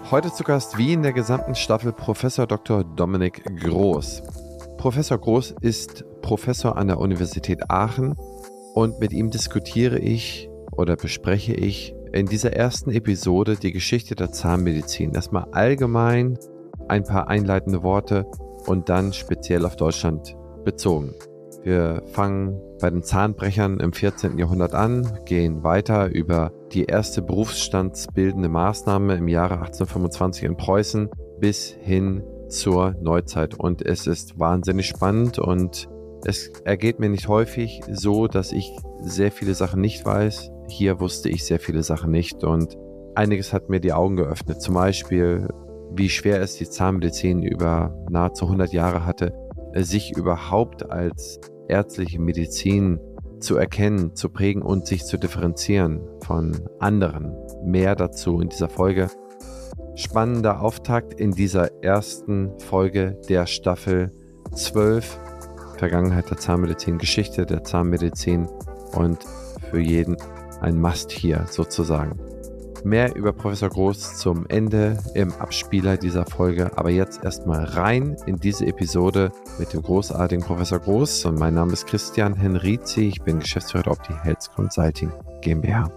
Heute zu Gast wie in der gesamten Staffel Professor Dr. Dominik Groß. Professor Groß ist Professor an der Universität Aachen und mit ihm diskutiere ich oder bespreche ich in dieser ersten Episode die Geschichte der Zahnmedizin. Erstmal allgemein ein paar einleitende Worte und dann speziell auf Deutschland bezogen. Wir fangen bei den Zahnbrechern im 14. Jahrhundert an, gehen weiter über die erste berufsstandsbildende Maßnahme im Jahre 1825 in Preußen bis hin zur Neuzeit. Und es ist wahnsinnig spannend und es ergeht mir nicht häufig so, dass ich sehr viele Sachen nicht weiß. Hier wusste ich sehr viele Sachen nicht und einiges hat mir die Augen geöffnet. Zum Beispiel, wie schwer es die Zahnmedizin über nahezu 100 Jahre hatte, sich überhaupt als ärztliche Medizin zu erkennen, zu prägen und sich zu differenzieren von anderen. Mehr dazu in dieser Folge. Spannender Auftakt in dieser ersten Folge der Staffel 12. Vergangenheit der Zahnmedizin, Geschichte der Zahnmedizin und für jeden ein Must hier sozusagen. Mehr über Professor Groß zum Ende im Abspieler dieser Folge, aber jetzt erstmal rein in diese Episode mit dem großartigen Professor Groß. Und mein Name ist Christian Henrizi, ich bin Geschäftsführer der Opti Health Consulting GmbH.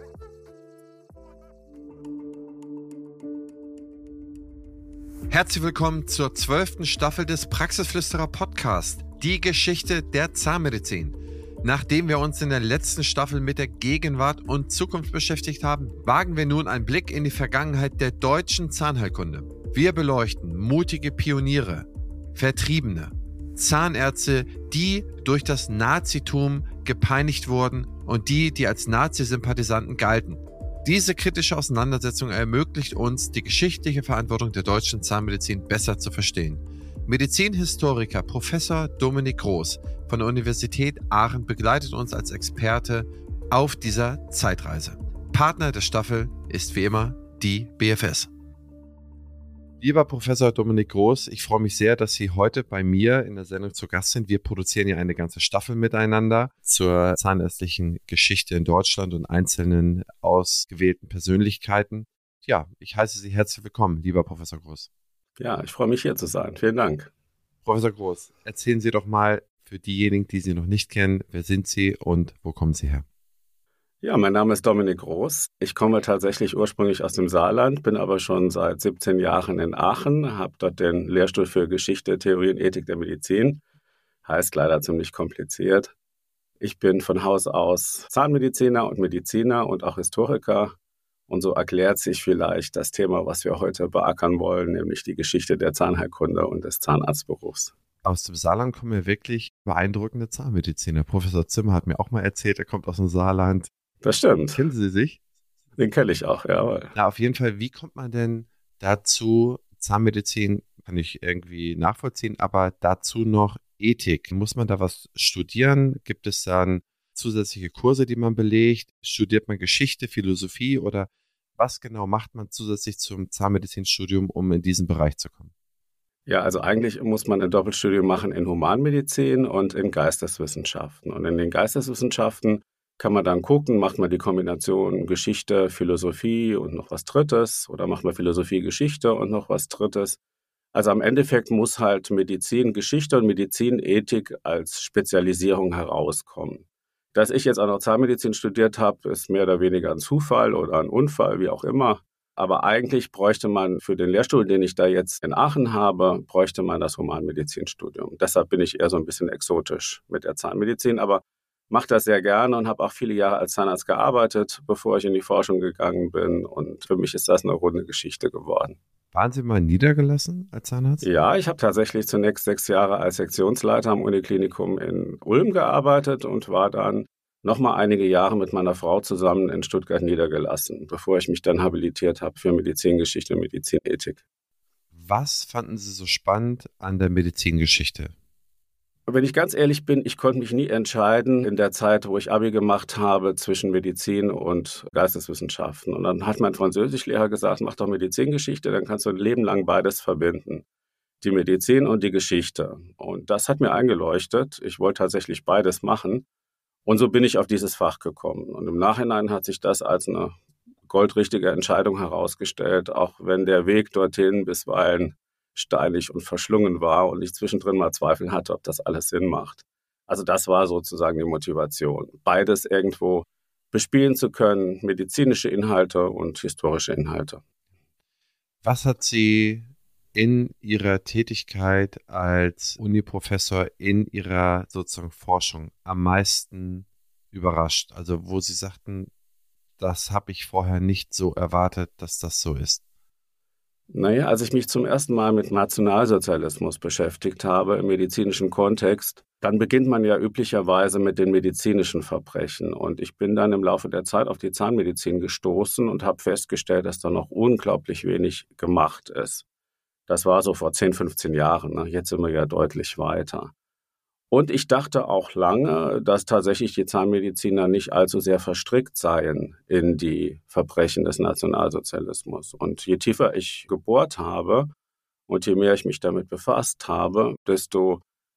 Herzlich willkommen zur 12. Staffel des Praxisflüsterer Podcast, die Geschichte der Zahnmedizin. Nachdem wir uns in der letzten Staffel mit der Gegenwart und Zukunft beschäftigt haben, wagen wir nun einen Blick in die Vergangenheit der deutschen Zahnheilkunde. Wir beleuchten mutige Pioniere, Vertriebene, Zahnärzte, die durch das Nazitum gepeinigt wurden und die als Nazi-Sympathisanten galten. Diese kritische Auseinandersetzung ermöglicht uns, die geschichtliche Verantwortung der deutschen Zahnmedizin besser zu verstehen. Medizinhistoriker Professor Dominik Groß von der Universität Aachen begleitet uns als Experte auf dieser Zeitreise. Partner der Staffel ist wie immer die BFS. Lieber Professor Dominik Groß, ich freue mich sehr, dass Sie heute bei mir in der Sendung zu Gast sind. Wir produzieren ja eine ganze Staffel miteinander zur zahnärztlichen Geschichte in Deutschland und einzelnen ausgewählten Persönlichkeiten. Ja, ich heiße Sie herzlich willkommen, lieber Professor Groß. Ja, ich freue mich, hier zu sein. Vielen Dank. Professor Groß, erzählen Sie doch mal für diejenigen, die Sie noch nicht kennen, wer sind Sie und wo kommen Sie her? Ja, mein Name ist Dominik Groß. Ich komme tatsächlich ursprünglich aus dem Saarland, bin aber schon seit 17 Jahren in Aachen, habe dort den Lehrstuhl für Geschichte, Theorie und Ethik der Medizin. Heißt leider ziemlich kompliziert. Ich bin von Haus aus Zahnmediziner und Mediziner und auch Historiker. Und so erklärt sich vielleicht das Thema, was wir heute beackern wollen, nämlich die Geschichte der Zahnheilkunde und des Zahnarztberufs. Aus dem Saarland kommen ja wirklich beeindruckende Zahnmediziner. Professor Zimmer hat mir auch mal erzählt, er kommt aus dem Saarland. Das stimmt. Kennen Sie sich? Den kenne ich auch, jawohl. Ja, auf jeden Fall. Wie kommt man denn dazu, Zahnmedizin kann ich irgendwie nachvollziehen, aber dazu noch Ethik? Muss man da was studieren? Gibt es dann zusätzliche Kurse, die man belegt? Studiert man Geschichte, Philosophie oder was genau macht man zusätzlich zum Zahnmedizinstudium, um in diesen Bereich zu kommen? Ja, also eigentlich muss man ein Doppelstudium machen in Humanmedizin und in Geisteswissenschaften. Und in den Geisteswissenschaften kann man dann gucken, macht man die Kombination Geschichte, Philosophie und noch was Drittes oder macht man Philosophie, Geschichte und noch was Drittes. Also am Endeffekt muss halt Medizin, Geschichte und Medizinethik als Spezialisierung herauskommen. Dass ich jetzt auch noch Zahnmedizin studiert habe, ist mehr oder weniger ein Zufall oder ein Unfall, wie auch immer. Aber eigentlich bräuchte man für den Lehrstuhl, den ich da jetzt in Aachen habe, bräuchte man das Humanmedizinstudium. Deshalb bin ich eher so ein bisschen exotisch mit der Zahnmedizin, aber mache das sehr gerne und habe auch viele Jahre als Zahnarzt gearbeitet, bevor ich in die Forschung gegangen bin. Und für mich ist das eine runde Geschichte geworden. Waren Sie mal niedergelassen als Zahnarzt? Ja, ich habe tatsächlich zunächst 6 Jahre als Sektionsleiter am Uniklinikum in Ulm gearbeitet und war dann nochmal einige Jahre mit meiner Frau zusammen in Stuttgart niedergelassen, bevor ich mich dann habilitiert habe für Medizingeschichte und Medizinethik. Was fanden Sie so spannend an der Medizingeschichte? Wenn ich ganz ehrlich bin, ich konnte mich nie entscheiden in der Zeit, wo ich Abi gemacht habe, zwischen Medizin und Geisteswissenschaften. Und dann hat mein Französischlehrer gesagt, mach doch Medizingeschichte, dann kannst du ein Leben lang beides verbinden. Die Medizin und die Geschichte. Und das hat mir eingeleuchtet. Ich wollte tatsächlich beides machen. Und so bin ich auf dieses Fach gekommen. Und im Nachhinein hat sich das als eine goldrichtige Entscheidung herausgestellt, auch wenn der Weg dorthin bisweilen steinig und verschlungen war und ich zwischendrin mal Zweifel hatte, ob das alles Sinn macht. Also das war sozusagen die Motivation, beides irgendwo bespielen zu können, medizinische Inhalte und historische Inhalte. Was hat Sie in Ihrer Tätigkeit als Uniprofessor in Ihrer sozusagen Forschung am meisten überrascht? Also wo Sie sagten, das habe ich vorher nicht so erwartet, dass das so ist. Naja, als ich mich zum ersten Mal mit Nationalsozialismus beschäftigt habe im medizinischen Kontext, dann beginnt man ja üblicherweise mit den medizinischen Verbrechen. Und ich bin dann im Laufe der Zeit auf die Zahnmedizin gestoßen und habe festgestellt, dass da noch unglaublich wenig gemacht ist. Das war so vor 10, 15 Jahren. Ne? Jetzt sind wir ja deutlich weiter. Und ich dachte auch lange, dass tatsächlich die Zahnmediziner nicht allzu sehr verstrickt seien in die Verbrechen des Nationalsozialismus. Und je tiefer ich gebohrt habe und je mehr ich mich damit befasst habe, desto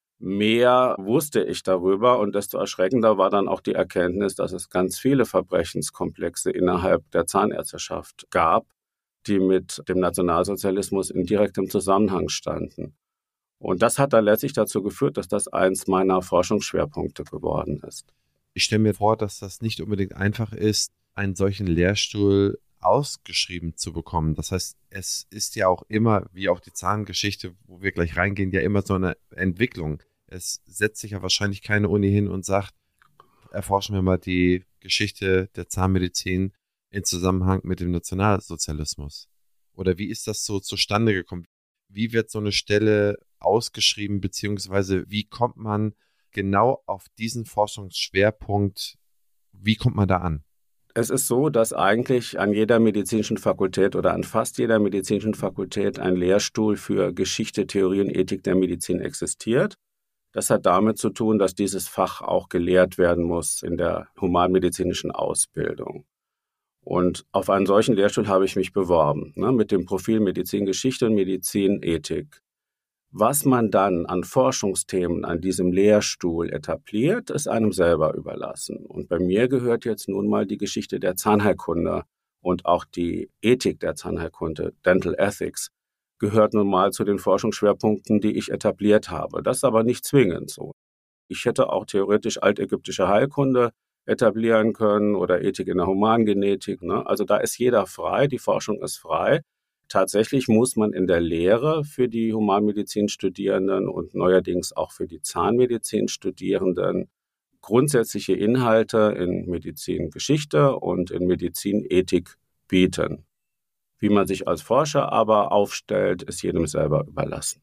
mehr wusste ich darüber und desto erschreckender war dann auch die Erkenntnis, dass es ganz viele Verbrechenskomplexe innerhalb der Zahnärzteschaft gab, die mit dem Nationalsozialismus in direktem Zusammenhang standen. Und das hat dann letztlich dazu geführt, dass das eins meiner Forschungsschwerpunkte geworden ist. Ich stelle mir vor, dass das nicht unbedingt einfach ist, einen solchen Lehrstuhl ausgeschrieben zu bekommen. Das heißt, es ist ja auch immer, wie auch die Zahngeschichte, wo wir gleich reingehen, ja immer so eine Entwicklung. Es setzt sich ja wahrscheinlich keine Uni hin und sagt, erforschen wir mal die Geschichte der Zahnmedizin in Zusammenhang mit dem Nationalsozialismus. Oder wie ist das so zustande gekommen? Wie wird so eine Stelle ausgeschrieben, beziehungsweise wie kommt man genau auf diesen Forschungsschwerpunkt, wie kommt man da an? Es ist so, dass eigentlich an jeder medizinischen Fakultät oder an fast jeder medizinischen Fakultät ein Lehrstuhl für Geschichte, Theorie und Ethik der Medizin existiert. Das hat damit zu tun, dass dieses Fach auch gelehrt werden muss in der humanmedizinischen Ausbildung. Und auf einen solchen Lehrstuhl habe ich mich beworben, mit dem Profil Medizingeschichte und Medizinethik. Was man dann an Forschungsthemen an diesem Lehrstuhl etabliert, ist einem selber überlassen. Und bei mir gehört jetzt nun mal die Geschichte der Zahnheilkunde und auch die Ethik der Zahnheilkunde, Dental Ethics, gehört nun mal zu den Forschungsschwerpunkten, die ich etabliert habe. Das ist aber nicht zwingend so. Ich hätte auch theoretisch altägyptische Heilkunde etablieren können oder Ethik in der Humangenetik. Also da ist jeder frei, die Forschung ist frei. Tatsächlich muss man in der Lehre für die Humanmedizin-Studierenden und neuerdings auch für die Zahnmedizin-Studierenden grundsätzliche Inhalte in Medizingeschichte und in Medizinethik bieten. Wie man sich als Forscher aber aufstellt, ist jedem selber überlassen.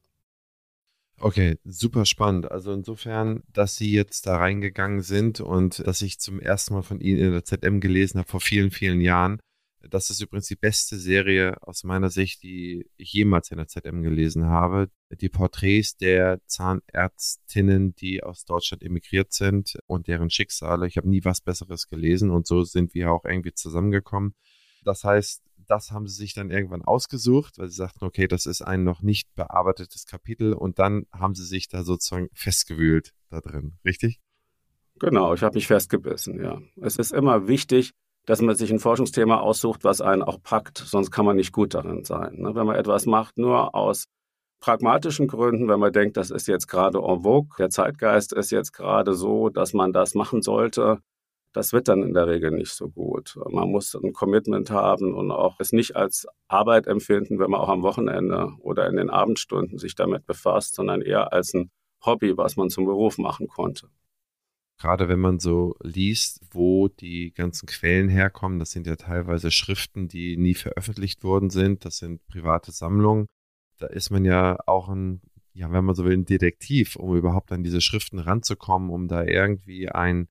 Okay, super spannend. Also insofern, dass Sie jetzt da reingegangen sind und dass ich zum ersten Mal von Ihnen in der ZM gelesen habe vor vielen, vielen Jahren. Das ist übrigens die beste Serie aus meiner Sicht, die ich jemals in der ZM gelesen habe. Die Porträts der Zahnärztinnen, die aus Deutschland emigriert sind und deren Schicksale. Ich habe nie was Besseres gelesen und so sind wir auch irgendwie zusammengekommen. Das heißt, das haben sie sich dann irgendwann ausgesucht, weil sie sagten, okay, das ist ein noch nicht bearbeitetes Kapitel und dann haben sie sich da sozusagen festgewühlt da drin, richtig? Genau, ich habe mich festgebissen, ja. Es ist immer wichtig, dass man sich ein Forschungsthema aussucht, was einen auch packt, sonst kann man nicht gut darin sein. Wenn man etwas macht, nur aus pragmatischen Gründen, wenn man denkt, das ist jetzt gerade en vogue, der Zeitgeist ist jetzt gerade so, dass man das machen sollte, das wird dann in der Regel nicht so gut. Man muss ein Commitment haben und auch es nicht als Arbeit empfinden, wenn man auch am Wochenende oder in den Abendstunden sich damit befasst, sondern eher als ein Hobby, was man zum Beruf machen konnte. Gerade wenn man so liest, wo die ganzen Quellen herkommen, das sind ja teilweise Schriften, die nie veröffentlicht worden sind, das sind private Sammlungen. Da ist man ja auch wenn man so will, ein Detektiv, um überhaupt an diese Schriften ranzukommen, um da irgendwie ein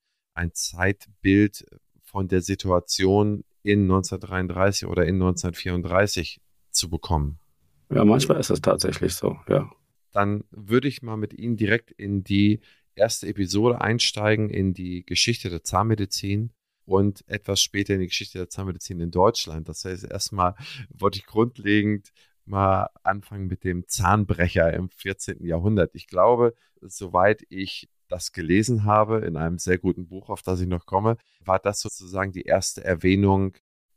Zeitbild von der Situation in 1933 oder in 1934 zu bekommen. Ja, manchmal ist es tatsächlich so, ja. Dann würde ich mal mit Ihnen direkt in die erste Episode einsteigen, in die Geschichte der Zahnmedizin und etwas später in die Geschichte der Zahnmedizin in Deutschland. Das heißt, erstmal wollte ich grundlegend mal anfangen mit dem Zahnbrecher im 14. Jahrhundert. Ich glaube, soweit ich das gelesen habe, in einem sehr guten Buch, auf das ich noch komme, war das sozusagen die erste Erwähnung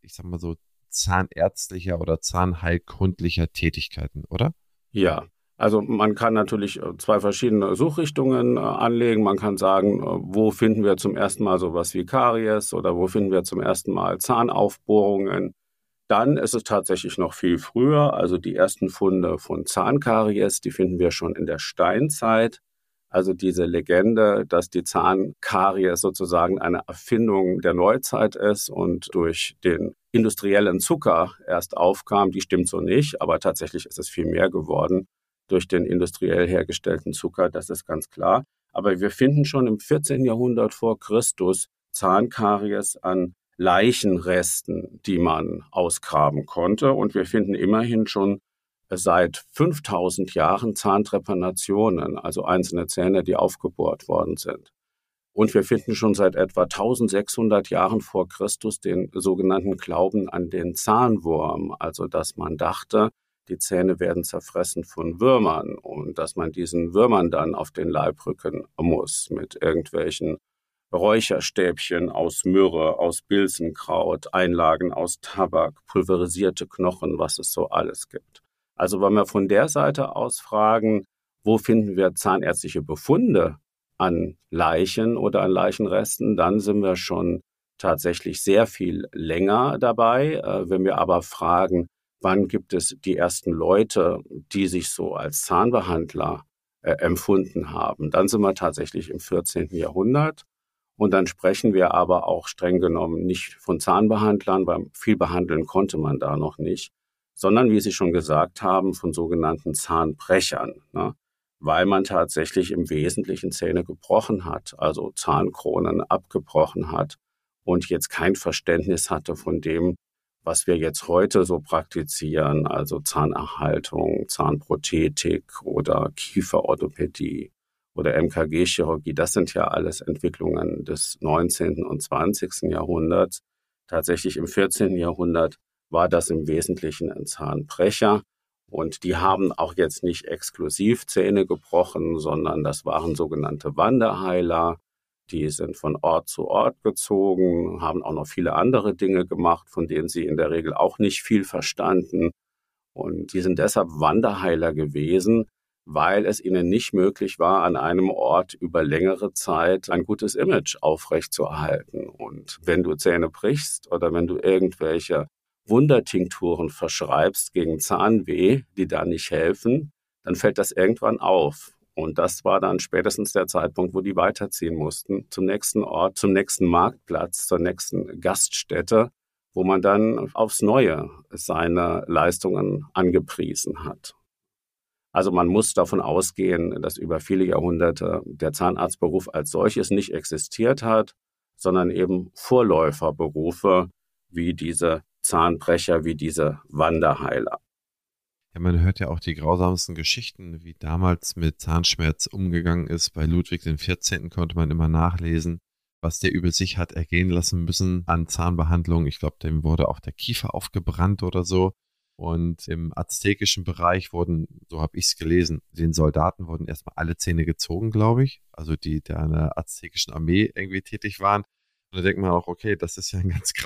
ich sag mal so, zahnärztlicher oder zahnheilkundlicher Tätigkeiten, oder? Ja, also man kann natürlich zwei verschiedene Suchrichtungen anlegen. Man kann sagen, wo finden wir zum ersten Mal sowas wie Karies oder wo finden wir zum ersten Mal Zahnaufbohrungen. Dann ist es tatsächlich noch viel früher. Also die ersten Funde von Zahnkaries, die finden wir schon in der Steinzeit. Also diese Legende, dass die Zahnkaries sozusagen eine Erfindung der Neuzeit ist und durch den industriellen Zucker erst aufkam, die stimmt so nicht. Aber tatsächlich ist es viel mehr geworden durch den industriell hergestellten Zucker, das ist ganz klar. Aber wir finden schon im 14. Jahrhundert vor Christus Zahnkaries an Leichenresten, die man ausgraben konnte. Und wir finden immerhin schon seit 5000 Jahren Zahntrepanation, also einzelne Zähne, die aufgebohrt worden sind. Und wir finden schon seit etwa 1600 Jahren vor Christus den sogenannten Glauben an den Zahnwurm, also dass man dachte, die Zähne werden zerfressen von Würmern und dass man diesen Würmern dann auf den Leib rücken muss mit irgendwelchen Räucherstäbchen aus Myrrhe, aus Bilsenkraut, Einlagen aus Tabak, pulverisierte Knochen, was es so alles gibt. Also wenn wir von der Seite aus fragen, wo finden wir zahnärztliche Befunde an Leichen oder an Leichenresten, dann sind wir schon tatsächlich sehr viel länger dabei. Wenn wir aber fragen, wann gibt es die ersten Leute, die sich so als Zahnbehandler empfunden haben, dann sind wir tatsächlich im 14. Jahrhundert. Und dann sprechen wir aber auch streng genommen nicht von Zahnbehandlern, weil viel behandeln konnte man da noch nicht, sondern, wie Sie schon gesagt haben, von sogenannten Zahnbrechern, ne? Weil man tatsächlich im Wesentlichen Zähne gebrochen hat, also Zahnkronen abgebrochen hat und jetzt kein Verständnis hatte von dem, was wir jetzt heute so praktizieren, also Zahnerhaltung, Zahnprothetik oder Kieferorthopädie oder MKG-Chirurgie. Das sind ja alles Entwicklungen des 19. und 20. Jahrhunderts. Tatsächlich im 14. Jahrhundert war das im Wesentlichen ein Zahnbrecher. Und die haben auch jetzt nicht exklusiv Zähne gebrochen, sondern das waren sogenannte Wanderheiler. Die sind von Ort zu Ort gezogen, haben auch noch viele andere Dinge gemacht, von denen sie in der Regel auch nicht viel verstanden. Und die sind deshalb Wanderheiler gewesen, weil es ihnen nicht möglich war, an einem Ort über längere Zeit ein gutes Image aufrechtzuerhalten. Und wenn du Zähne brichst oder wenn du irgendwelche Wundertinkturen verschreibst gegen Zahnweh, die da nicht helfen, dann fällt das irgendwann auf. Und das war dann spätestens der Zeitpunkt, wo die weiterziehen mussten, zum nächsten Ort, zum nächsten Marktplatz, zur nächsten Gaststätte, wo man dann aufs Neue seine Leistungen angepriesen hat. Also man muss davon ausgehen, dass über viele Jahrhunderte der Zahnarztberuf als solches nicht existiert hat, sondern eben Vorläuferberufe wie diese Zahnbrecher, wie diese Wanderheiler. Ja, man hört ja auch die grausamsten Geschichten, wie damals mit Zahnschmerz umgegangen ist. Bei Ludwig XIV. Konnte man immer nachlesen, was der über sich hat ergehen lassen müssen an Zahnbehandlung. Ich glaube, dem wurde auch der Kiefer aufgebrannt oder so. Und im aztekischen Bereich wurden, so habe ich es gelesen, den Soldaten wurden erstmal alle Zähne gezogen, glaube ich. Also die in der aztekischen Armee irgendwie tätig waren. Und da denkt man auch, okay, das ist ja ein ganz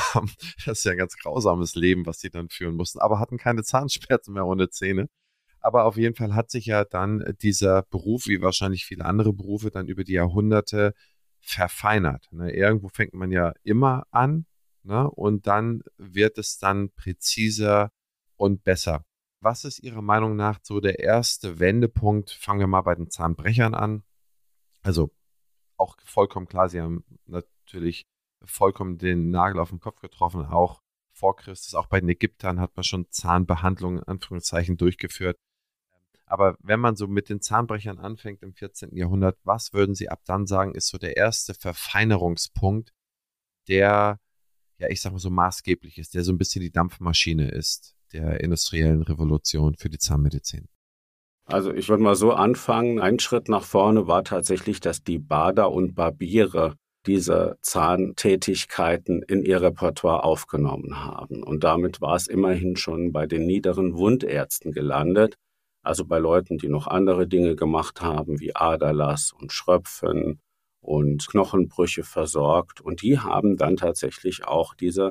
grausames Leben, was die dann führen mussten, aber hatten keine Zahnschmerzen mehr ohne Zähne. Aber auf jeden Fall hat sich ja dann dieser Beruf, wie wahrscheinlich viele andere Berufe, dann über die Jahrhunderte verfeinert. Ne? Irgendwo fängt man ja immer an, ne? Und dann wird es dann präziser und besser. Was ist Ihrer Meinung nach so der erste Wendepunkt? Fangen wir mal bei den Zahnbrechern an. Also auch vollkommen klar, Sie haben natürlich vollkommen den Nagel auf den Kopf getroffen, auch vor Christus, auch bei den Ägyptern hat man schon Zahnbehandlungen in Anführungszeichen durchgeführt. Aber wenn man so mit den Zahnbrechern anfängt im 14. Jahrhundert, was würden Sie ab dann sagen, ist so der erste Verfeinerungspunkt, der, ja, ich sag mal so maßgeblich ist, der so ein bisschen die Dampfmaschine ist der industriellen Revolution für die Zahnmedizin? Also ich würde mal so anfangen. Ein Schritt nach vorne war tatsächlich, dass die Bader und Barbiere diese Zahntätigkeiten in ihr Repertoire aufgenommen haben. Und damit war es immerhin schon bei den niederen Wundärzten gelandet, also bei Leuten, die noch andere Dinge gemacht haben, wie Aderlass und Schröpfen und Knochenbrüche versorgt. Und die haben dann tatsächlich auch diese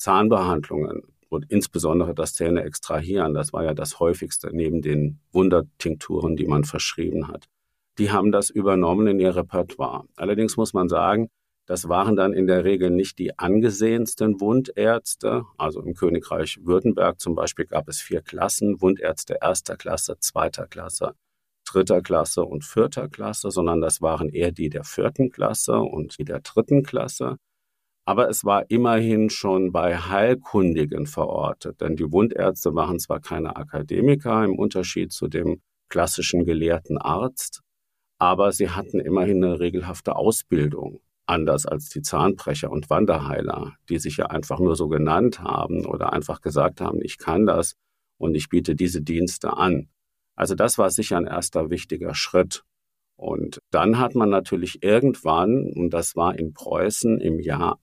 Zahnbehandlungen und insbesondere das Zähne extrahieren, das war ja das häufigste neben den Wundertinkturen, die man verschrieben hat. Die haben das übernommen in ihr Repertoire. Allerdings muss man sagen, das waren dann in der Regel nicht die angesehensten Wundärzte. Also im Königreich Württemberg zum Beispiel gab es 4 Klassen, Wundärzte erster Klasse, zweiter Klasse, dritter Klasse und vierter Klasse, sondern das waren eher die der 4. Klasse und die der 3. Klasse. Aber es war immerhin schon bei Heilkundigen verortet, denn die Wundärzte waren zwar keine Akademiker im Unterschied zu dem klassischen gelehrten Arzt, aber sie hatten immerhin eine regelhafte Ausbildung, anders als die Zahnbrecher und Wanderheiler, die sich ja einfach nur so genannt haben oder einfach gesagt haben, ich kann das und ich biete diese Dienste an. Also das war sicher ein erster wichtiger Schritt. Und dann hat man natürlich irgendwann, und das war in Preußen im Jahr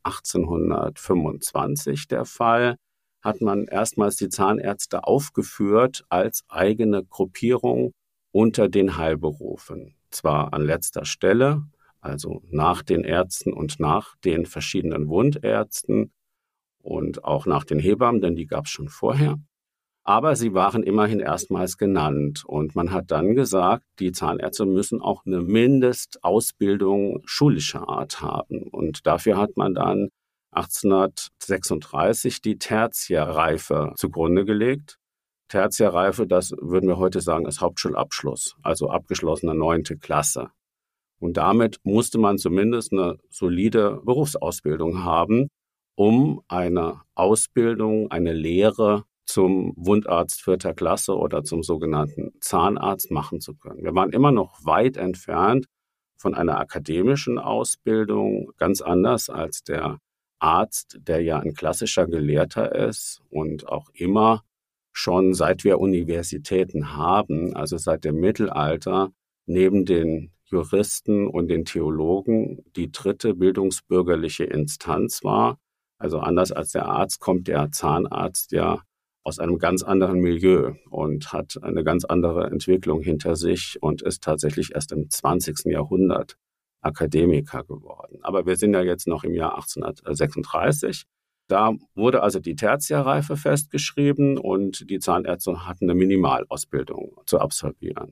1825 der Fall, hat man erstmals die Zahnärzte aufgeführt als eigene Gruppierung unter den Heilberufen. Zwar an letzter Stelle, also nach den Ärzten und nach den verschiedenen Wundärzten und auch nach den Hebammen, denn die gab es schon vorher. Aber sie waren immerhin erstmals genannt. Und man hat dann gesagt, die Zahnärzte müssen auch eine Mindestausbildung schulischer Art haben. Und dafür hat man dann 1836 die Tertiärreife zugrunde gelegt. Tertiärreife, das würden wir heute sagen, ist Hauptschulabschluss, also abgeschlossene 9. Klasse. Und damit musste man zumindest eine solide Berufsausbildung haben, um eine Ausbildung, eine Lehre zum Wundarzt 4. Klasse oder zum sogenannten Zahnarzt machen zu können. Wir waren immer noch weit entfernt von einer akademischen Ausbildung, ganz anders als der Arzt, der ja ein klassischer Gelehrter ist und auch immer schon seit wir Universitäten haben, also seit dem Mittelalter, neben den Juristen und den Theologen die 3. bildungsbürgerliche Instanz war. Also anders als der Arzt kommt der Zahnarzt ja aus einem ganz anderen Milieu und hat eine ganz andere Entwicklung hinter sich und ist tatsächlich erst im 20. Jahrhundert Akademiker geworden. Aber wir sind ja jetzt noch im Jahr 1836. Da wurde also die Tertiärreife festgeschrieben und die Zahnärzte hatten eine Minimalausbildung zu absolvieren.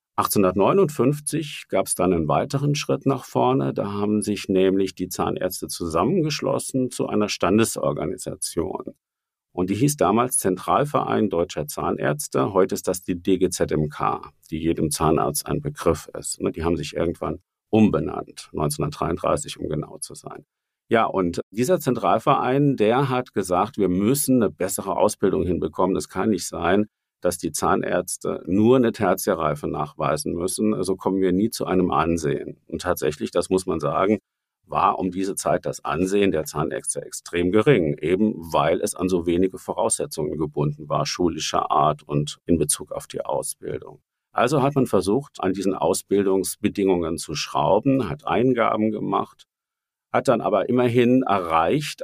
1859 gab es dann einen weiteren Schritt nach vorne. Da haben sich nämlich die Zahnärzte zusammengeschlossen zu einer Standesorganisation. Und die hieß damals Zentralverein Deutscher Zahnärzte. Heute ist das die DGZMK, die jedem Zahnarzt ein Begriff ist. Die haben sich irgendwann umbenannt, 1933, um genau zu sein. Ja, und dieser Zentralverein, der hat gesagt, wir müssen eine bessere Ausbildung hinbekommen. Es kann nicht sein, dass die Zahnärzte nur eine Tertiärreife nachweisen müssen. So kommen wir nie zu einem Ansehen. Und tatsächlich, das muss man sagen, war um diese Zeit das Ansehen der Zahnärzte extrem gering, eben weil es an so wenige Voraussetzungen gebunden war, schulischer Art und in Bezug auf die Ausbildung. Also hat man versucht, an diesen Ausbildungsbedingungen zu schrauben, hat Eingaben gemacht, hat dann aber immerhin erreicht,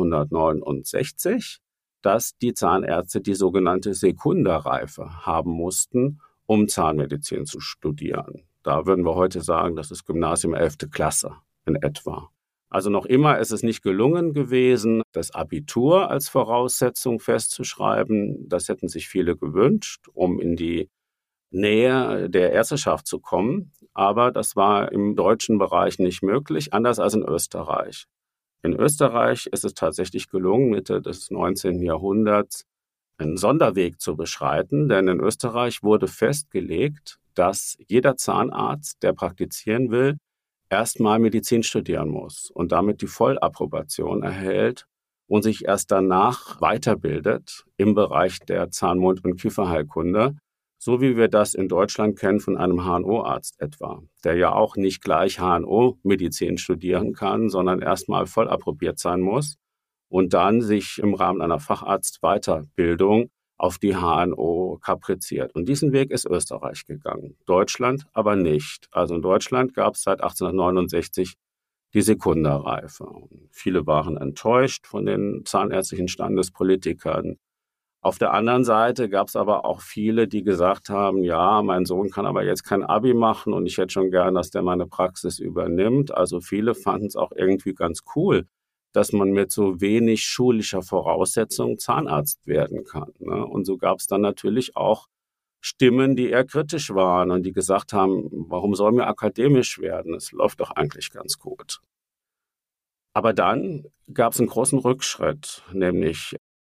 1869, dass die Zahnärzte die sogenannte Sekundarreife haben mussten, um Zahnmedizin zu studieren. Da würden wir heute sagen, das ist Gymnasium 11. Klasse. In etwa. Also noch immer ist es nicht gelungen gewesen, das Abitur als Voraussetzung festzuschreiben. Das hätten sich viele gewünscht, um in die Nähe der Ärzteschaft zu kommen. Aber das war im deutschen Bereich nicht möglich, anders als in Österreich. In Österreich ist es tatsächlich gelungen, Mitte des 19. Jahrhunderts einen Sonderweg zu beschreiten, denn in Österreich wurde festgelegt, dass jeder Zahnarzt, der praktizieren will, erstmal Medizin studieren muss und damit die Vollapprobation erhält und sich erst danach weiterbildet im Bereich der Zahn-, Mund- und Kieferheilkunde, so wie wir das in Deutschland kennen von einem HNO-Arzt etwa, der ja auch nicht gleich HNO-Medizin studieren kann, sondern erstmal vollapprobiert sein muss und dann sich im Rahmen einer Facharztweiterbildung auf die HNO kapriziert. Und diesen Weg ist Österreich gegangen, Deutschland aber nicht. Also in Deutschland gab es seit 1869 die Sekundarreife. Und viele waren enttäuscht von den zahnärztlichen Standespolitikern. Auf der anderen Seite gab es aber auch viele, die gesagt haben, ja, mein Sohn kann aber jetzt kein Abi machen und ich hätte schon gern, dass der meine Praxis übernimmt. Also viele fanden es auch irgendwie ganz cool, dass man mit so wenig schulischer Voraussetzung Zahnarzt werden kann. Ne? Und so gab es dann natürlich auch Stimmen, die eher kritisch waren und die gesagt haben, warum soll mir akademisch werden? Es läuft doch eigentlich ganz gut. Aber dann gab es einen großen Rückschritt, nämlich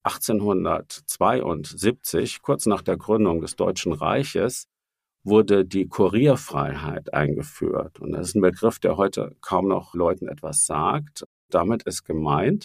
1872, kurz nach der Gründung des Deutschen Reiches, wurde die Kurierfreiheit eingeführt. Und das ist ein Begriff, der heute kaum noch Leuten etwas sagt. Damit ist gemeint,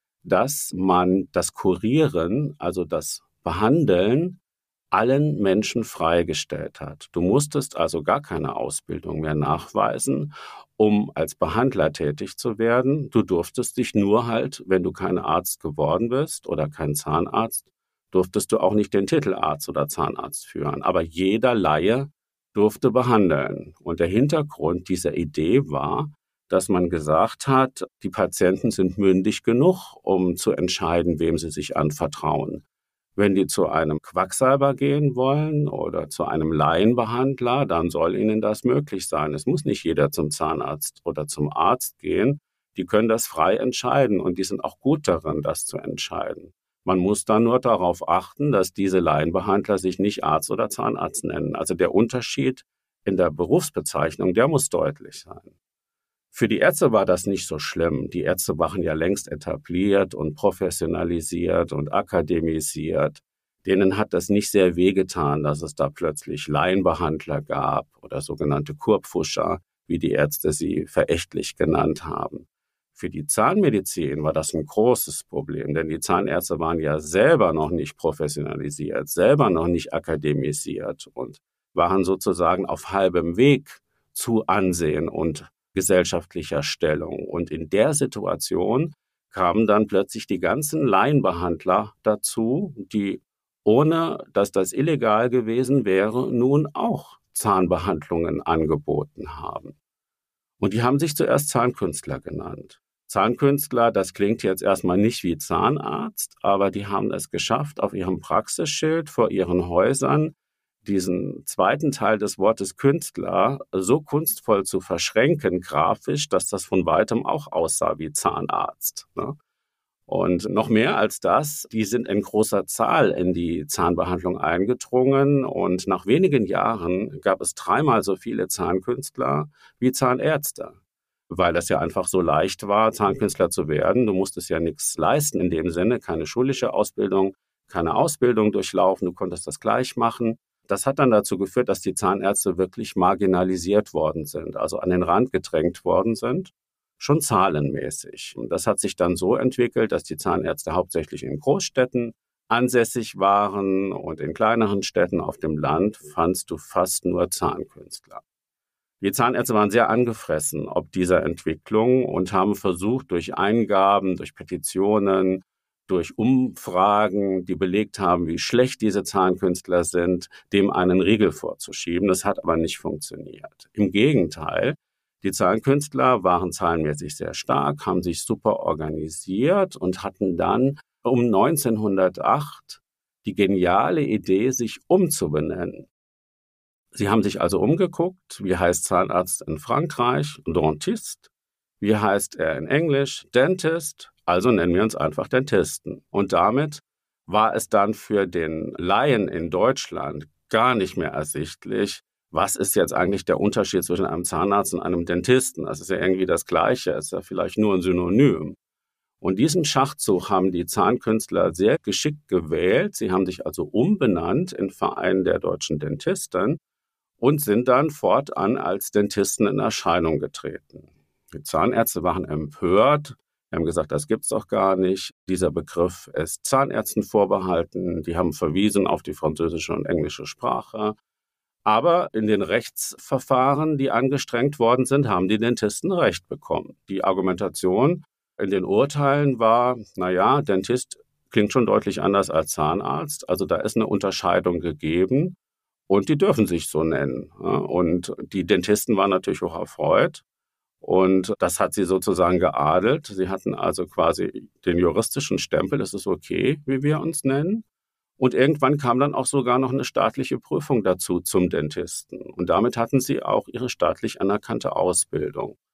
dass man das Kurieren, also das Behandeln, allen Menschen freigestellt hat. Du musstest also gar keine Ausbildung mehr nachweisen, um als Behandler tätig zu werden. Du durftest dich nur halt, wenn du kein Arzt geworden bist oder kein Zahnarzt, durftest du auch nicht den Titel Arzt oder Zahnarzt führen. Aber jeder Laie durfte behandeln. Und der Hintergrund dieser Idee war, dass man gesagt hat, die Patienten sind mündig genug, um zu entscheiden, wem sie sich anvertrauen. Wenn die zu einem Quacksalber gehen wollen oder zu einem Laienbehandler, dann soll ihnen das möglich sein. Es muss nicht jeder zum Zahnarzt oder zum Arzt gehen. Die können das frei entscheiden und die sind auch gut darin, das zu entscheiden. Man muss dann nur darauf achten, dass diese Laienbehandler sich nicht Arzt oder Zahnarzt nennen. Also der Unterschied in der Berufsbezeichnung, der muss deutlich sein. Für die Ärzte war das nicht so schlimm. Die Ärzte waren ja längst etabliert und professionalisiert und akademisiert. Denen hat das nicht sehr wehgetan, dass es da plötzlich Laienbehandler gab oder sogenannte Kurpfuscher, wie die Ärzte sie verächtlich genannt haben. Für die Zahnmedizin war das ein großes Problem, denn die Zahnärzte waren ja selber noch nicht professionalisiert, selber noch nicht akademisiert und waren sozusagen auf halbem Weg zu Ansehen und gesellschaftlicher Stellung. Und in der Situation kamen dann plötzlich die ganzen Laienbehandler dazu, die, ohne dass das illegal gewesen wäre, nun auch Zahnbehandlungen angeboten haben. Und die haben sich zuerst Zahnkünstler genannt. Zahnkünstler, das klingt jetzt erstmal nicht wie Zahnarzt, aber die haben es geschafft, auf ihrem Praxisschild vor ihren Häusern diesen zweiten Teil des Wortes Künstler so kunstvoll zu verschränken, grafisch, dass das von weitem auch aussah wie Zahnarzt. Ne? Und noch mehr als das, die sind in großer Zahl in die Zahnbehandlung eingedrungen und nach wenigen Jahren gab es 3-mal so viele Zahnkünstler wie Zahnärzte, weil das ja einfach so leicht war, Zahnkünstler zu werden. Du musstest ja nichts leisten in dem Sinne, keine schulische Ausbildung, keine Ausbildung durchlaufen, du konntest das gleich machen. Das hat dann dazu geführt, dass die Zahnärzte wirklich marginalisiert worden sind, also an den Rand gedrängt worden sind, schon zahlenmäßig. Und das hat sich dann so entwickelt, dass die Zahnärzte hauptsächlich in Großstädten ansässig waren und in kleineren Städten auf dem Land fandst du fast nur Zahnkünstler. Die Zahnärzte waren sehr angefressen ob dieser Entwicklung und haben versucht, durch Eingaben, durch Petitionen, durch Umfragen, die belegt haben, wie schlecht diese Zahnkünstler sind, dem einen Riegel vorzuschieben. Das hat aber nicht funktioniert. Im Gegenteil, die Zahnkünstler waren zahlenmäßig sehr stark, haben sich super organisiert und hatten dann um 1908 die geniale Idee, sich umzubenennen. Sie haben sich also umgeguckt, wie heißt Zahnarzt in Frankreich? Dentiste. Wie heißt er in Englisch? Dentist. Also nennen wir uns einfach Dentisten. Und damit war es dann für den Laien in Deutschland gar nicht mehr ersichtlich, was ist jetzt eigentlich der Unterschied zwischen einem Zahnarzt und einem Dentisten? Das ist ja irgendwie das Gleiche, ist ja vielleicht nur ein Synonym. Und diesen Schachzug haben die Zahnkünstler sehr geschickt gewählt. Sie haben sich also umbenannt in Verein der deutschen Dentisten und sind dann fortan als Dentisten in Erscheinung getreten. Die Zahnärzte waren empört. Die haben gesagt, das gibt's doch gar nicht. Dieser Begriff ist Zahnärzten vorbehalten. Die haben verwiesen auf die französische und englische Sprache. Aber in den Rechtsverfahren, die angestrengt worden sind, haben die Dentisten Recht bekommen. Die Argumentation in den Urteilen war, naja, Dentist klingt schon deutlich anders als Zahnarzt. Also da ist eine Unterscheidung gegeben und die dürfen sich so nennen. Und die Dentisten waren natürlich hoch erfreut. Und das hat sie sozusagen geadelt. Sie hatten also quasi den juristischen Stempel, es ist okay, wie wir uns nennen. Und irgendwann kam dann auch sogar noch eine staatliche Prüfung dazu zum Dentisten. Und damit hatten sie auch ihre staatlich anerkannte Ausbildung.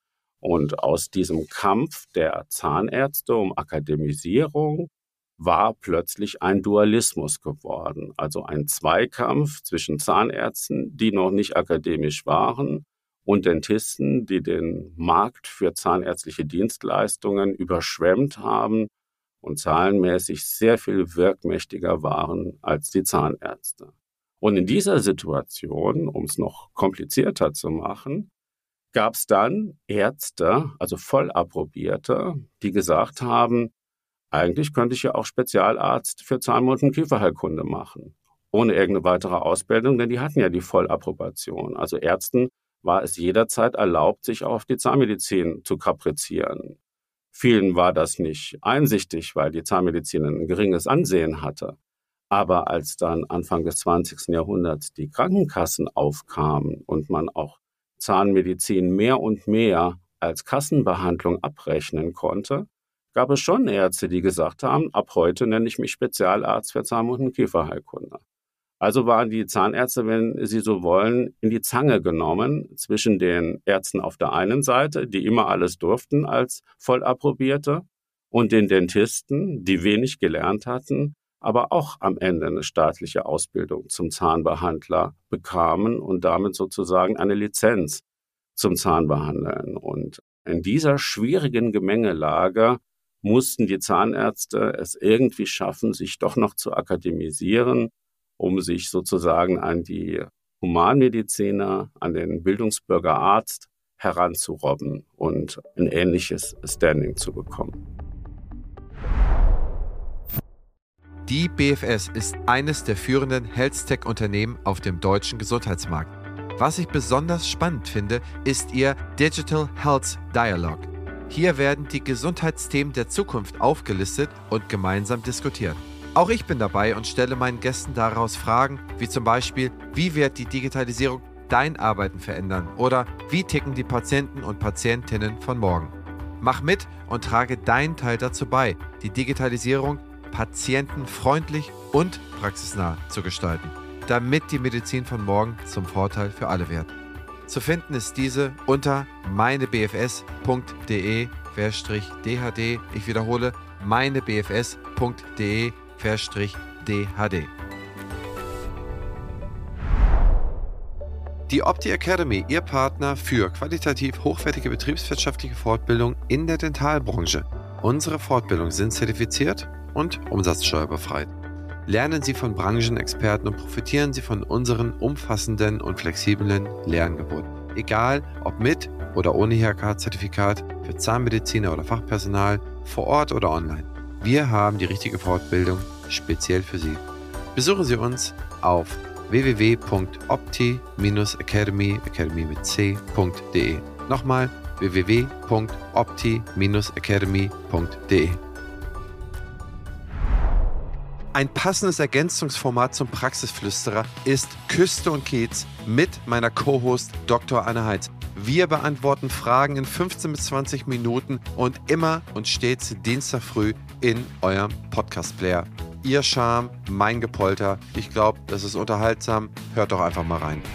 Und aus diesem Kampf der Zahnärzte um Akademisierung war plötzlich ein Dualismus geworden, also ein Zweikampf zwischen Zahnärzten, die noch nicht akademisch waren, und Dentisten, die den Markt für zahnärztliche Dienstleistungen überschwemmt haben und zahlenmäßig sehr viel wirkmächtiger waren als die Zahnärzte. Und in dieser Situation, um es noch komplizierter zu machen, gab es dann Ärzte, also Vollapprobierte, die gesagt haben, eigentlich könnte ich ja auch Spezialarzt für Zahnmund- und Kieferheilkunde machen, ohne irgendeine weitere Ausbildung, denn die hatten ja die Vollapprobation. Also Ärzten war es jederzeit erlaubt, sich auf die Zahnmedizin zu kaprizieren. Vielen war das nicht einsichtig, weil die Zahnmedizin ein geringes Ansehen hatte. Aber als dann Anfang des 20. Jahrhunderts die Krankenkassen aufkamen und man auch Zahnmedizin mehr und mehr als Kassenbehandlung abrechnen konnte, gab es schon Ärzte, die gesagt haben, ab heute nenne ich mich Spezialarzt für Zahnmund- und Kieferheilkunde. Also waren die Zahnärzte, wenn Sie so wollen, in die Zange genommen zwischen den Ärzten auf der einen Seite, die immer alles durften als Vollapprobierte, und den Dentisten, die wenig gelernt hatten, aber auch am Ende eine staatliche Ausbildung zum Zahnbehandler bekamen und damit sozusagen eine Lizenz zum Zahnbehandeln. Und in dieser schwierigen Gemengelage mussten die Zahnärzte es irgendwie schaffen, sich doch noch zu akademisieren, um sich sozusagen an die Humanmediziner, an den Bildungsbürgerarzt heranzurobben und ein ähnliches Standing zu bekommen. Die BFS ist eines der führenden Health-Tech-Unternehmen auf dem deutschen Gesundheitsmarkt. Was ich besonders spannend finde, ist ihr Digital Health Dialogue. Hier werden die Gesundheitsthemen der Zukunft aufgelistet und gemeinsam diskutiert. Auch ich bin dabei und stelle meinen Gästen daraus Fragen, wie zum Beispiel, wie wird die Digitalisierung dein Arbeiten verändern oder wie ticken die Patienten und Patientinnen von morgen. Mach mit und trage deinen Teil dazu bei, die Digitalisierung patientenfreundlich und praxisnah zu gestalten, damit die Medizin von morgen zum Vorteil für alle wird. Zu finden ist diese unter meinebfs.de/dhd. Ich wiederhole, meinebfs.de/dhd. Die Opti Academy, Ihr Partner für qualitativ hochwertige betriebswirtschaftliche Fortbildung in der Dentalbranche. Unsere Fortbildungen sind zertifiziert und umsatzsteuerbefreit. Lernen Sie von Branchenexperten und profitieren Sie von unseren umfassenden und flexiblen Lernangeboten. Egal ob mit oder ohne IHK-Zertifikat, für Zahnmediziner oder Fachpersonal, vor Ort oder online. Wir haben die richtige Fortbildung speziell für Sie. Besuchen Sie uns auf www.opti-academy.de. Nochmal www.opti-academy.de. Ein passendes Ergänzungsformat zum Praxisflüsterer ist Küste und Kiez mit meiner Co-Host Dr. Anne Heitz. Wir beantworten Fragen in 15 bis 20 Minuten und immer und stets Dienstag früh in eurem Podcast-Player. Ihr Charme, mein Gepolter. Ich glaube, das ist unterhaltsam. Hört doch einfach mal rein.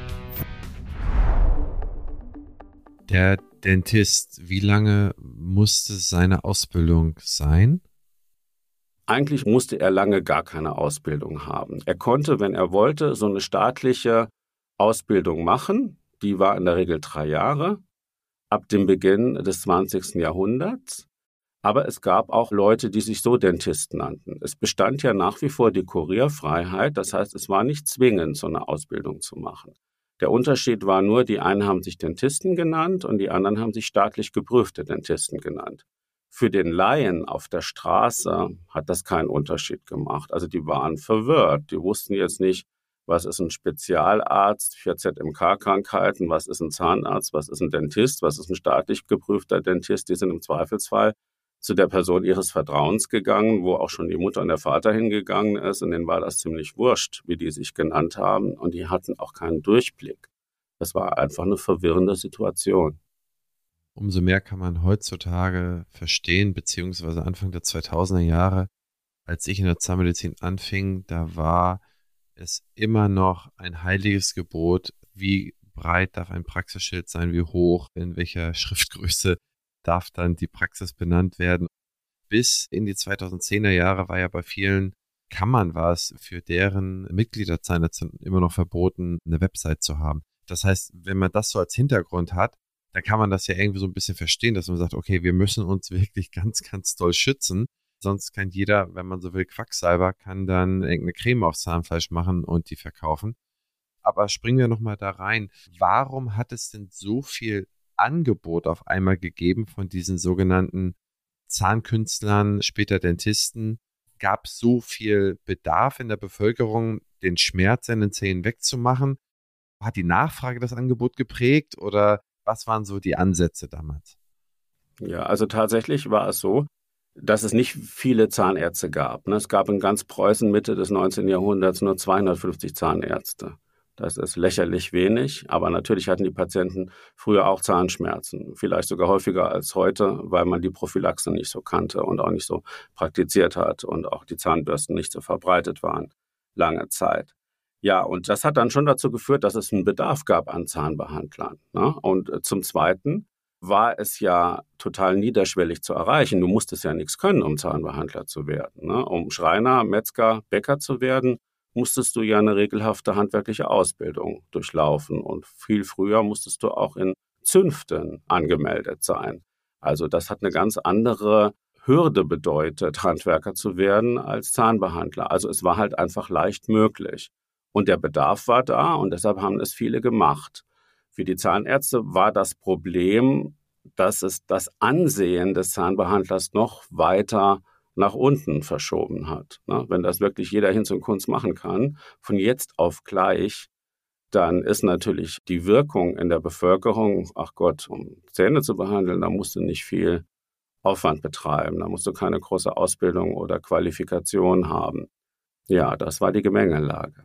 Der Dentist, wie lange musste seine Ausbildung sein? Eigentlich musste er lange gar keine Ausbildung haben. Er konnte, wenn er wollte, so eine staatliche Ausbildung machen. Die war in der Regel 3 Jahre ab dem Beginn des 20. Jahrhunderts. Aber es gab auch Leute, die sich so Dentist nannten. Es bestand ja nach wie vor die Kurierfreiheit. Das heißt, es war nicht zwingend, so eine Ausbildung zu machen. Der Unterschied war nur, die einen haben sich Dentisten genannt und die anderen haben sich staatlich geprüfte Dentisten genannt. Für den Laien auf der Straße hat das keinen Unterschied gemacht. Also die waren verwirrt. Die wussten jetzt nicht, was ist ein Spezialarzt für ZMK-Krankheiten, was ist ein Zahnarzt, was ist ein Dentist, was ist ein staatlich geprüfter Dentist. Die sind im Zweifelsfall zu der Person ihres Vertrauens gegangen, wo auch schon die Mutter und der Vater hingegangen ist. Und denen war das ziemlich wurscht, wie die sich genannt haben. Und die hatten auch keinen Durchblick. Das war einfach eine verwirrende Situation. Umso mehr kann man heutzutage verstehen, beziehungsweise Anfang der 2000er Jahre, als ich in der Zahnmedizin anfing, da war es immer noch ein heiliges Gebot, wie breit darf ein Praxisschild sein, wie hoch, in welcher Schriftgröße darf dann die Praxis benannt werden. Bis in die 2010er Jahre war ja bei vielen Kammern war es für deren Mitgliederzahlen immer noch verboten, eine Website zu haben. Das heißt, wenn man das so als Hintergrund hat, dann kann man das ja irgendwie so ein bisschen verstehen, dass man sagt, okay, wir müssen uns wirklich ganz, ganz doll schützen. Sonst kann jeder, wenn man so will, Quacksalber, kann dann irgendeine Creme aufs Zahnfleisch machen und die verkaufen. Aber springen wir nochmal da rein. Warum hat es denn so viel Angebot auf einmal gegeben von diesen sogenannten Zahnkünstlern, später Dentisten? Gab es so viel Bedarf in der Bevölkerung, den Schmerz in den Zähnen wegzumachen? Hat die Nachfrage das Angebot geprägt oder was waren so die Ansätze damals? Ja, also tatsächlich war es so, dass es nicht viele Zahnärzte gab. Es gab in ganz Preußen Mitte des 19. Jahrhunderts nur 250 Zahnärzte. Das ist lächerlich wenig, aber natürlich hatten die Patienten früher auch Zahnschmerzen, vielleicht sogar häufiger als heute, weil man die Prophylaxe nicht so kannte und auch nicht so praktiziert hat und auch die Zahnbürsten nicht so verbreitet waren, lange Zeit. Ja, und das hat dann schon dazu geführt, dass es einen Bedarf gab an Zahnbehandlern. Und zum Zweiten war es ja total niederschwellig zu erreichen. Du musstest ja nichts können, um Zahnbehandler zu werden. Um Schreiner, Metzger, Bäcker zu werden, musstest du ja eine regelhafte handwerkliche Ausbildung durchlaufen. Und viel früher musstest du auch in Zünften angemeldet sein. Also das hat eine ganz andere Hürde bedeutet, Handwerker zu werden als Zahnbehandler. Also es war halt einfach leicht möglich. Und der Bedarf war da und deshalb haben es viele gemacht. Für die Zahnärzte war das Problem, dass es das Ansehen des Zahnbehandlers noch weiter nach unten verschoben hat. Wenn das wirklich jeder Hinz und Kunst machen kann, von jetzt auf gleich, dann ist natürlich die Wirkung in der Bevölkerung, ach Gott, um Zähne zu behandeln, da musst du nicht viel Aufwand betreiben, da musst du keine große Ausbildung oder Qualifikation haben. Ja, das war die Gemengelage.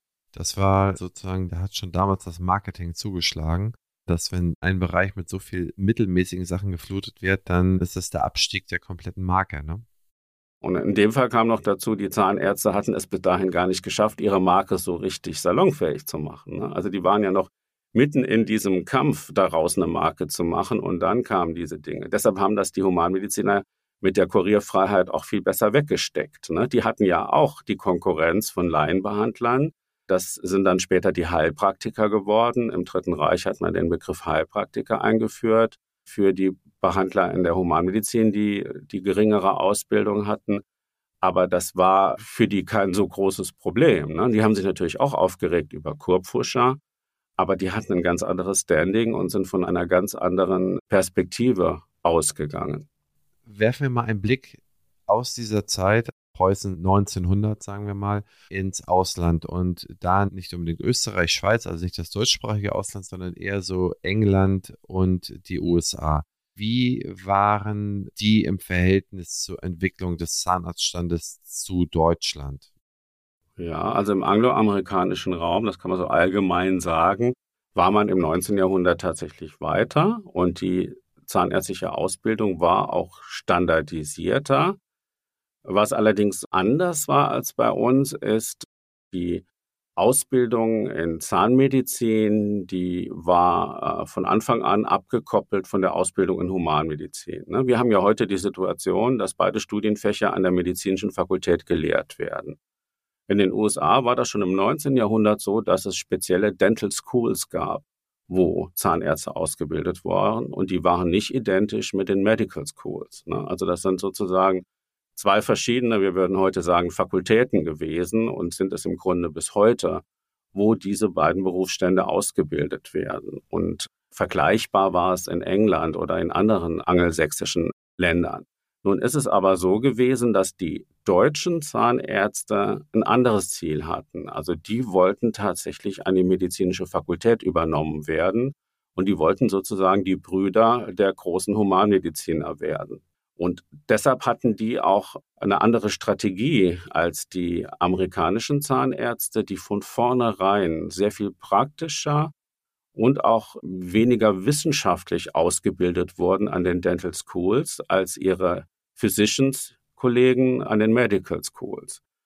Das war sozusagen, da hat schon damals das Marketing zugeschlagen, dass wenn ein Bereich mit so viel mittelmäßigen Sachen geflutet wird, dann ist das der Abstieg der kompletten Marke, ne? Und in dem Fall kam noch dazu, die Zahnärzte hatten es bis dahin gar nicht geschafft, ihre Marke so richtig salonfähig zu machen. Also die waren ja noch mitten in diesem Kampf, daraus eine Marke zu machen und dann kamen diese Dinge. Deshalb haben das die Humanmediziner mit der Kurierfreiheit auch viel besser weggesteckt. Die hatten ja auch die Konkurrenz von Laienbehandlern. Das sind dann später die Heilpraktiker geworden. Im Dritten Reich hat man den Begriff Heilpraktiker eingeführt für die Behandler in der Humanmedizin, die geringere Ausbildung hatten. Aber das war für die kein so großes Problem. Die haben sich natürlich auch aufgeregt über Kurpfuscher, aber die hatten ein ganz anderes Standing und sind von einer ganz anderen Perspektive ausgegangen. Werfen wir mal einen Blick aus dieser Zeit, Preußen 1900, sagen wir mal, ins Ausland und da nicht unbedingt Österreich, Schweiz, also nicht das deutschsprachige Ausland, sondern eher so England und die USA. Wie waren die im Verhältnis zur Entwicklung des Zahnarztstandes zu Deutschland? Ja, also im angloamerikanischen Raum, das kann man so allgemein sagen, war man im 19. Jahrhundert tatsächlich weiter und die zahnärztliche Ausbildung war auch standardisierter. Was allerdings anders war als bei uns, ist die Ausbildung in Zahnmedizin, die war von Anfang an abgekoppelt von der Ausbildung in Humanmedizin. Wir haben ja heute die Situation, dass beide Studienfächer an der medizinischen Fakultät gelehrt werden. In den USA war das schon im 19. Jahrhundert so, dass es spezielle Dental Schools gab, wo Zahnärzte ausgebildet waren und die waren nicht identisch mit den Medical Schools. Also das sind sozusagen zwei verschiedene, wir würden heute sagen, Fakultäten gewesen und sind es im Grunde bis heute, wo diese beiden Berufsstände ausgebildet werden. Und vergleichbar war es in England oder in anderen angelsächsischen Ländern. Nun ist es aber so gewesen, dass die deutschen Zahnärzte ein anderes Ziel hatten. Also die wollten tatsächlich an die medizinische Fakultät übernommen werden und die wollten sozusagen die Brüder der großen Humanmediziner werden. Und deshalb hatten die auch eine andere Strategie als die amerikanischen Zahnärzte, die von vornherein sehr viel praktischer und auch weniger wissenschaftlich ausgebildet wurden an den Dental Schools als ihre Physicians-Kollegen an den Medical Schools.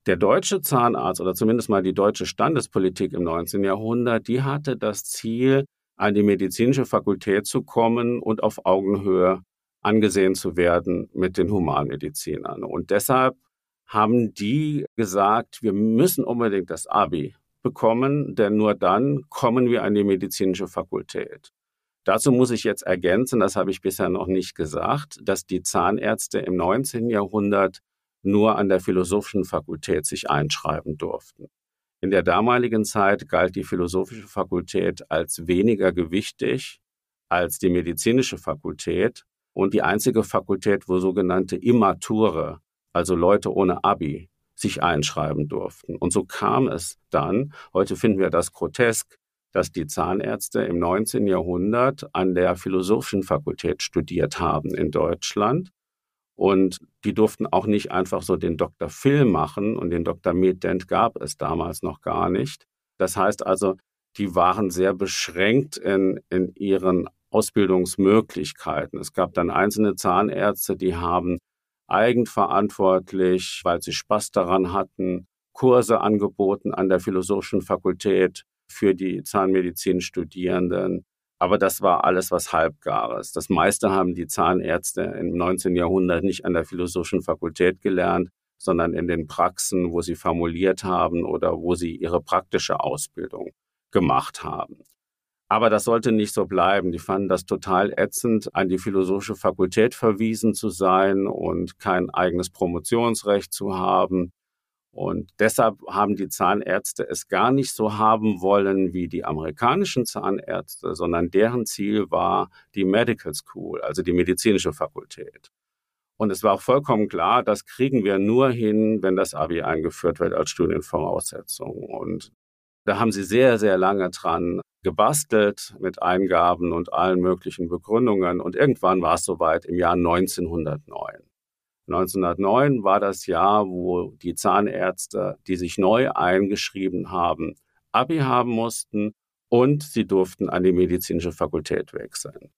Der deutsche Zahnarzt oder zumindest mal die deutsche Standespolitik im 19. Jahrhundert, die hatte das Ziel, an die medizinische Fakultät zu kommen und auf Augenhöhe angesehen zu werden mit den Humanmedizinern. Und deshalb haben die gesagt, wir müssen unbedingt das Abi bekommen, denn nur dann kommen wir an die medizinische Fakultät. Dazu muss ich jetzt ergänzen, das habe ich bisher noch nicht gesagt, dass die Zahnärzte im 19. Jahrhundert nur an der philosophischen Fakultät sich einschreiben durften. In der damaligen Zeit galt die philosophische Fakultät als weniger gewichtig als die medizinische Fakultät und die einzige Fakultät, wo sogenannte Immature, also Leute ohne Abi, sich einschreiben durften. Und so kam es dann, heute finden wir das grotesk, dass die Zahnärzte im 19. Jahrhundert an der philosophischen Fakultät studiert haben in Deutschland. Und die durften auch nicht einfach so den Dr. Phil machen und den Dr. Med.Dent gab es damals noch gar nicht. Das heißt also, die waren sehr beschränkt in ihren Ausbildungsmöglichkeiten. Es gab dann einzelne Zahnärzte, die haben eigenverantwortlich, weil sie Spaß daran hatten, Kurse angeboten an der philosophischen Fakultät für die Zahnmedizin-Studierenden. Aber das war alles was Halbgares. Das meiste haben die Zahnärzte im 19. Jahrhundert nicht an der philosophischen Fakultät gelernt, sondern in den Praxen, wo sie formuliert haben oder wo sie ihre praktische Ausbildung gemacht haben. Aber das sollte nicht so bleiben. Die fanden das total ätzend, an die philosophische Fakultät verwiesen zu sein und kein eigenes Promotionsrecht zu haben. Und deshalb haben die Zahnärzte es gar nicht so haben wollen wie die amerikanischen Zahnärzte, sondern deren Ziel war die Medical School, also die medizinische Fakultät. Und es war auch vollkommen klar, das kriegen wir nur hin, wenn das Abi eingeführt wird als Studienvoraussetzung. Und da haben sie sehr, sehr lange dran gebastelt mit Eingaben und allen möglichen Begründungen. Und irgendwann war es soweit im Jahr 1909. 1909 war das Jahr, wo die Zahnärzte, die sich neu eingeschrieben haben, Abi haben mussten und sie durften an die medizinische Fakultät wechseln.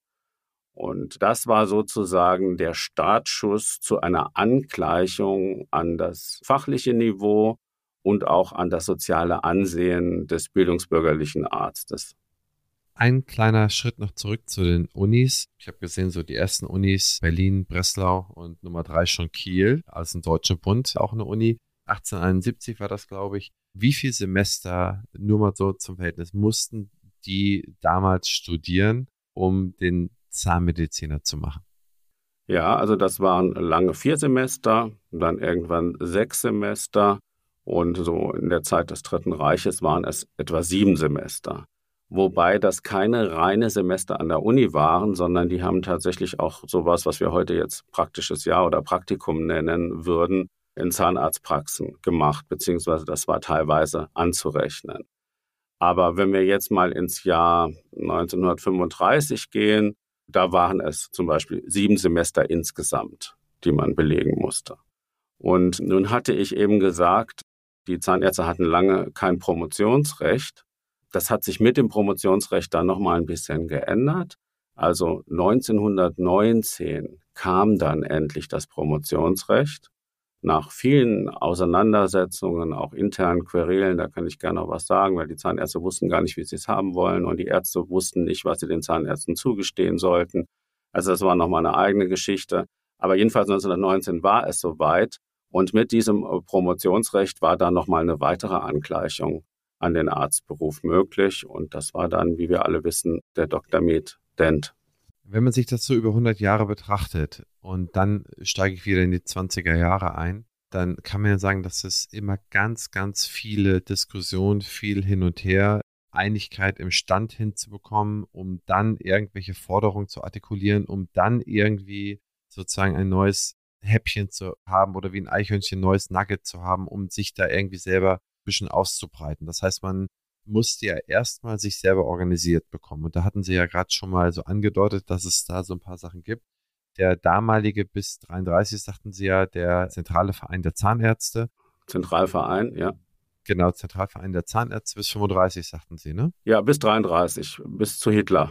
Und das war sozusagen der Startschuss zu einer Angleichung an das fachliche Niveau und auch an das soziale Ansehen des bildungsbürgerlichen Arztes. Ein kleiner Schritt noch zurück zu den Unis. Ich habe gesehen, so die ersten Unis, Berlin, Breslau und Nummer 3 schon Kiel, als ein deutscher Bund, auch eine Uni. 1871 war das, glaube ich. Wie viele Semester, nur mal so zum Verhältnis, mussten die damals studieren, um den Zahnmediziner zu machen? Ja, also das waren lange 4 Semester, dann irgendwann 6 Semester und so in der Zeit des Dritten Reiches waren es etwa 7 Semester. Wobei das keine reine Semester an der Uni waren, sondern die haben tatsächlich auch sowas, was wir heute jetzt praktisches Jahr oder Praktikum nennen würden, in Zahnarztpraxen gemacht, beziehungsweise das war teilweise anzurechnen. Aber wenn wir jetzt mal ins Jahr 1935 gehen, da waren es zum Beispiel 7 Semester insgesamt, die man belegen musste. Und nun hatte ich eben gesagt, die Zahnärzte hatten lange kein Promotionsrecht. Das hat sich mit dem Promotionsrecht dann noch mal ein bisschen geändert. Also 1919 kam dann endlich das Promotionsrecht. Nach vielen Auseinandersetzungen, auch internen Querelen, da kann ich gerne noch was sagen, weil die Zahnärzte wussten gar nicht, wie sie es haben wollen und die Ärzte wussten nicht, was sie den Zahnärzten zugestehen sollten. Also das war nochmal eine eigene Geschichte. Aber jedenfalls 1919 war es soweit und mit diesem Promotionsrecht war dann nochmal eine weitere Angleichung an den Arztberuf möglich und das war dann, wie wir alle wissen, der Dr. Med.Dent. Wenn man sich das so über 100 Jahre betrachtet und dann steige ich wieder in die 20er Jahre ein, dann kann man ja sagen, dass es immer ganz, ganz viele Diskussionen, viel hin und her, Einigkeit im Stand hinzubekommen, um dann irgendwelche Forderungen zu artikulieren, um dann irgendwie sozusagen ein neues Häppchen zu haben oder wie ein Eichhörnchen ein neues Nugget zu haben, um sich da irgendwie selber ein bisschen auszubreiten. Das heißt, man musste ja erstmal sich selber organisiert bekommen. Und da hatten Sie ja gerade schon mal so angedeutet, dass es da so ein paar Sachen gibt. Der damalige bis 33, sagten Sie ja, der Zentrale Verein der Zahnärzte. Zentralverein, ja. Genau, Zentralverein der Zahnärzte bis 35, sagten Sie, ne? Ja, bis 33, bis zu Hitler.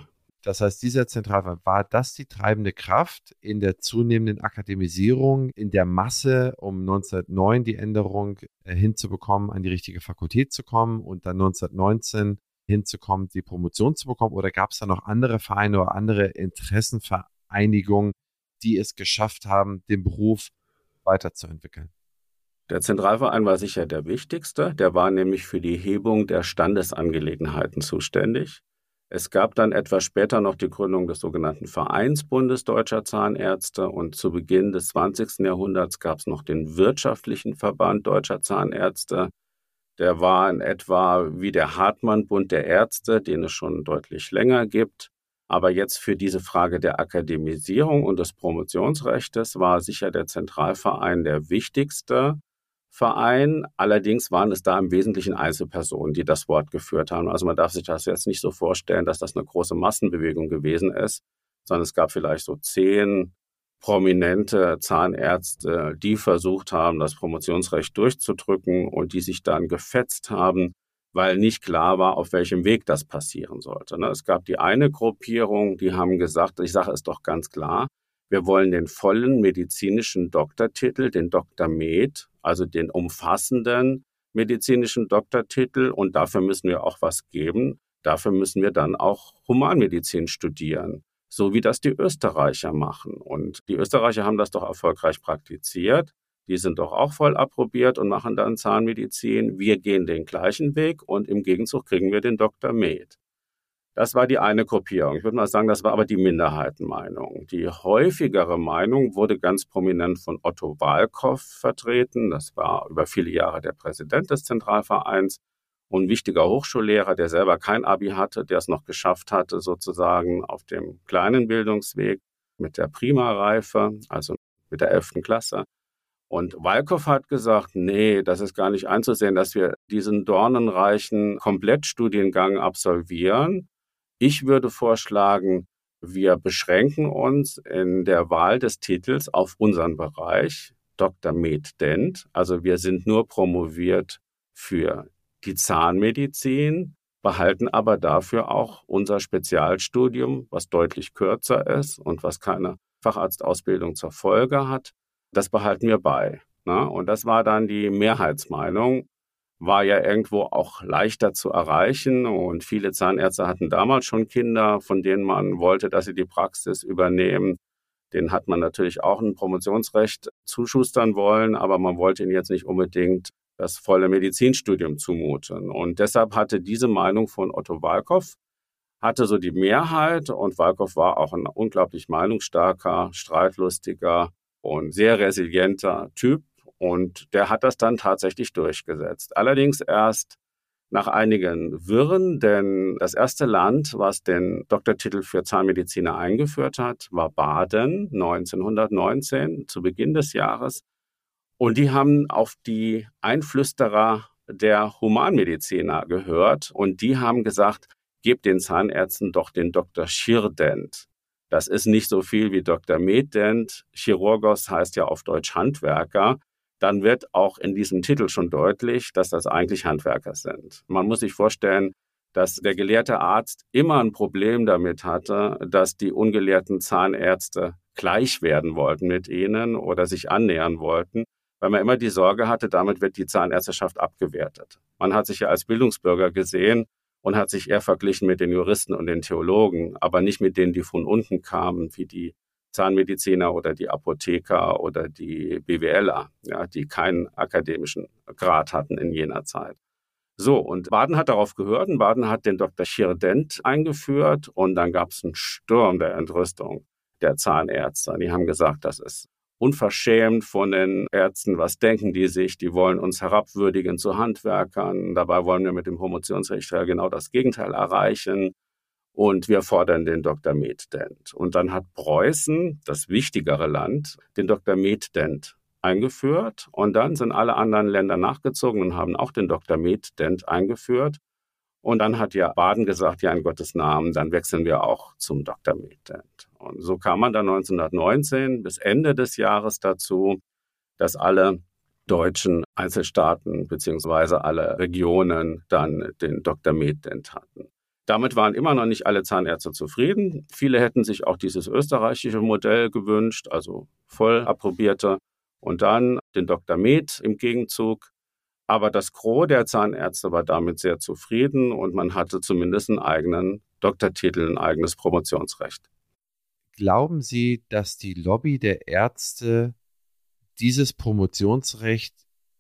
Das heißt, dieser Zentralverein, war das die treibende Kraft in der zunehmenden Akademisierung, in der Masse, um 1909 die Änderung hinzubekommen, an die richtige Fakultät zu kommen und dann 1919 hinzukommen, die Promotion zu bekommen? Oder gab es da noch andere Vereine oder andere Interessenvereinigungen, die es geschafft haben, den Beruf weiterzuentwickeln? Der Zentralverein war sicher der wichtigste. Der war nämlich für die Hebung der Standesangelegenheiten zuständig. Es gab dann etwas später noch die Gründung des sogenannten Vereinsbundes Deutscher Zahnärzte und zu Beginn des 20. Jahrhunderts gab es noch den Wirtschaftlichen Verband Deutscher Zahnärzte. Der war in etwa wie der Hartmann-Bund der Ärzte, den es schon deutlich länger gibt. Aber jetzt für diese Frage der Akademisierung und des Promotionsrechtes war sicher der Zentralverein der wichtigste Verein. Allerdings waren es da im Wesentlichen Einzelpersonen, die das Wort geführt haben. Also man darf sich das jetzt nicht so vorstellen, dass das eine große Massenbewegung gewesen ist, sondern es gab vielleicht so 10 prominente Zahnärzte, die versucht haben, das Promotionsrecht durchzudrücken und die sich dann gefetzt haben, weil nicht klar war, auf welchem Weg das passieren sollte. Es gab die eine Gruppierung, die haben gesagt, die Sache ist doch ganz klar, wir wollen den vollen medizinischen Doktortitel, den Dr. Med, also den umfassenden medizinischen Doktortitel, und dafür müssen wir auch was geben. Dafür müssen wir dann auch Humanmedizin studieren, so wie das die Österreicher machen. Und die Österreicher haben das doch erfolgreich praktiziert. Die sind doch auch voll approbiert und machen dann Zahnmedizin. Wir gehen den gleichen Weg und im Gegenzug kriegen wir den Dr. Med. Das war die eine Gruppierung. Ich würde mal sagen, das war aber die Minderheitenmeinung. Die häufigere Meinung wurde ganz prominent von Otto Walkhoff vertreten. Das war über viele Jahre der Präsident des Zentralvereins und ein wichtiger Hochschullehrer, der selber kein Abi hatte, der es noch geschafft hatte, sozusagen auf dem kleinen Bildungsweg mit der Primarreife, also mit der 11. Klasse. Und Walkhoff hat gesagt, nee, das ist gar nicht einzusehen, dass wir diesen dornenreichen Komplettstudiengang absolvieren. Ich würde vorschlagen, wir beschränken uns in der Wahl des Titels auf unseren Bereich, Dr. Med Dent. Also wir sind nur promoviert für die Zahnmedizin, behalten aber dafür auch unser Spezialstudium, was deutlich kürzer ist und was keine Facharztausbildung zur Folge hat. Das behalten wir bei. Und das war dann die Mehrheitsmeinung. War ja irgendwo auch leichter zu erreichen und viele Zahnärzte hatten damals schon Kinder, von denen man wollte, dass sie die Praxis übernehmen. Denen hat man natürlich auch ein Promotionsrecht zuschustern wollen, aber man wollte ihnen jetzt nicht unbedingt das volle Medizinstudium zumuten. Und deshalb hatte diese Meinung von Otto Walkhoff hatte so die Mehrheit und Walkhoff war auch ein unglaublich meinungsstarker, streitlustiger und sehr resilienter Typ. Und der hat das dann tatsächlich durchgesetzt. Allerdings erst nach einigen Wirren, denn das erste Land, was den Doktortitel für Zahnmediziner eingeführt hat, war Baden 1919, zu Beginn des Jahres. Und die haben auf die Einflüsterer der Humanmediziner gehört und die haben gesagt, gebt den Zahnärzten doch den Dr. Schirdent. Das ist nicht so viel wie Dr. Med Dent. Chirurgos heißt ja auf Deutsch Handwerker. Dann wird auch in diesem Titel schon deutlich, dass das eigentlich Handwerker sind. Man muss sich vorstellen, dass der gelehrte Arzt immer ein Problem damit hatte, dass die ungelehrten Zahnärzte gleich werden wollten mit ihnen oder sich annähern wollten, weil man immer die Sorge hatte, damit wird die Zahnärzteschaft abgewertet. Man hat sich ja als Bildungsbürger gesehen und hat sich eher verglichen mit den Juristen und den Theologen, aber nicht mit denen, die von unten kamen, wie die Zahnmediziner oder die Apotheker oder die BWLer, ja, die keinen akademischen Grad hatten in jener Zeit. So, und Baden hat darauf gehört und Baden hat den Dr. Schirdent eingeführt und dann gab es einen Sturm der Entrüstung der Zahnärzte. Die haben gesagt, das ist unverschämt von den Ärzten, was denken die sich, die wollen uns herabwürdigen zu Handwerkern, dabei wollen wir mit dem Promotionsrecht ja genau das Gegenteil erreichen. Und wir fordern den Dr. Med Dent. Und dann hat Preußen, das wichtigere Land, den Dr. Med Dent eingeführt. Und dann sind alle anderen Länder nachgezogen und haben auch den Dr. Med Dent eingeführt. Und dann hat ja Baden gesagt, ja in Gottes Namen, dann wechseln wir auch zum Dr. Med Dent. Und so kam man dann 1919 bis Ende des Jahres dazu, dass alle deutschen Einzelstaaten bzw. alle Regionen dann den Dr. Med Dent hatten. Damit waren immer noch nicht alle Zahnärzte zufrieden. Viele hätten sich auch dieses österreichische Modell gewünscht, also voll approbierte und dann den Dr. Med im Gegenzug. Aber das Gros der Zahnärzte war damit sehr zufrieden und man hatte zumindest einen eigenen Doktortitel, ein eigenes Promotionsrecht. Glauben Sie, dass die Lobby der Ärzte dieses Promotionsrecht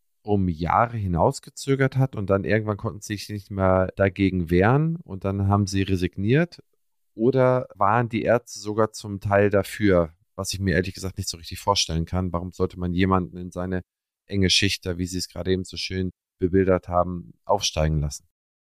um Jahre hinausgezögert hat und dann irgendwann konnten sie sich nicht mehr dagegen wehren und dann haben sie resigniert? Oder waren die Ärzte sogar zum Teil dafür, was ich mir ehrlich gesagt nicht so richtig vorstellen kann? Warum sollte man jemanden in seine enge Schicht, da, wie Sie es gerade eben so schön bebildert haben, aufsteigen lassen?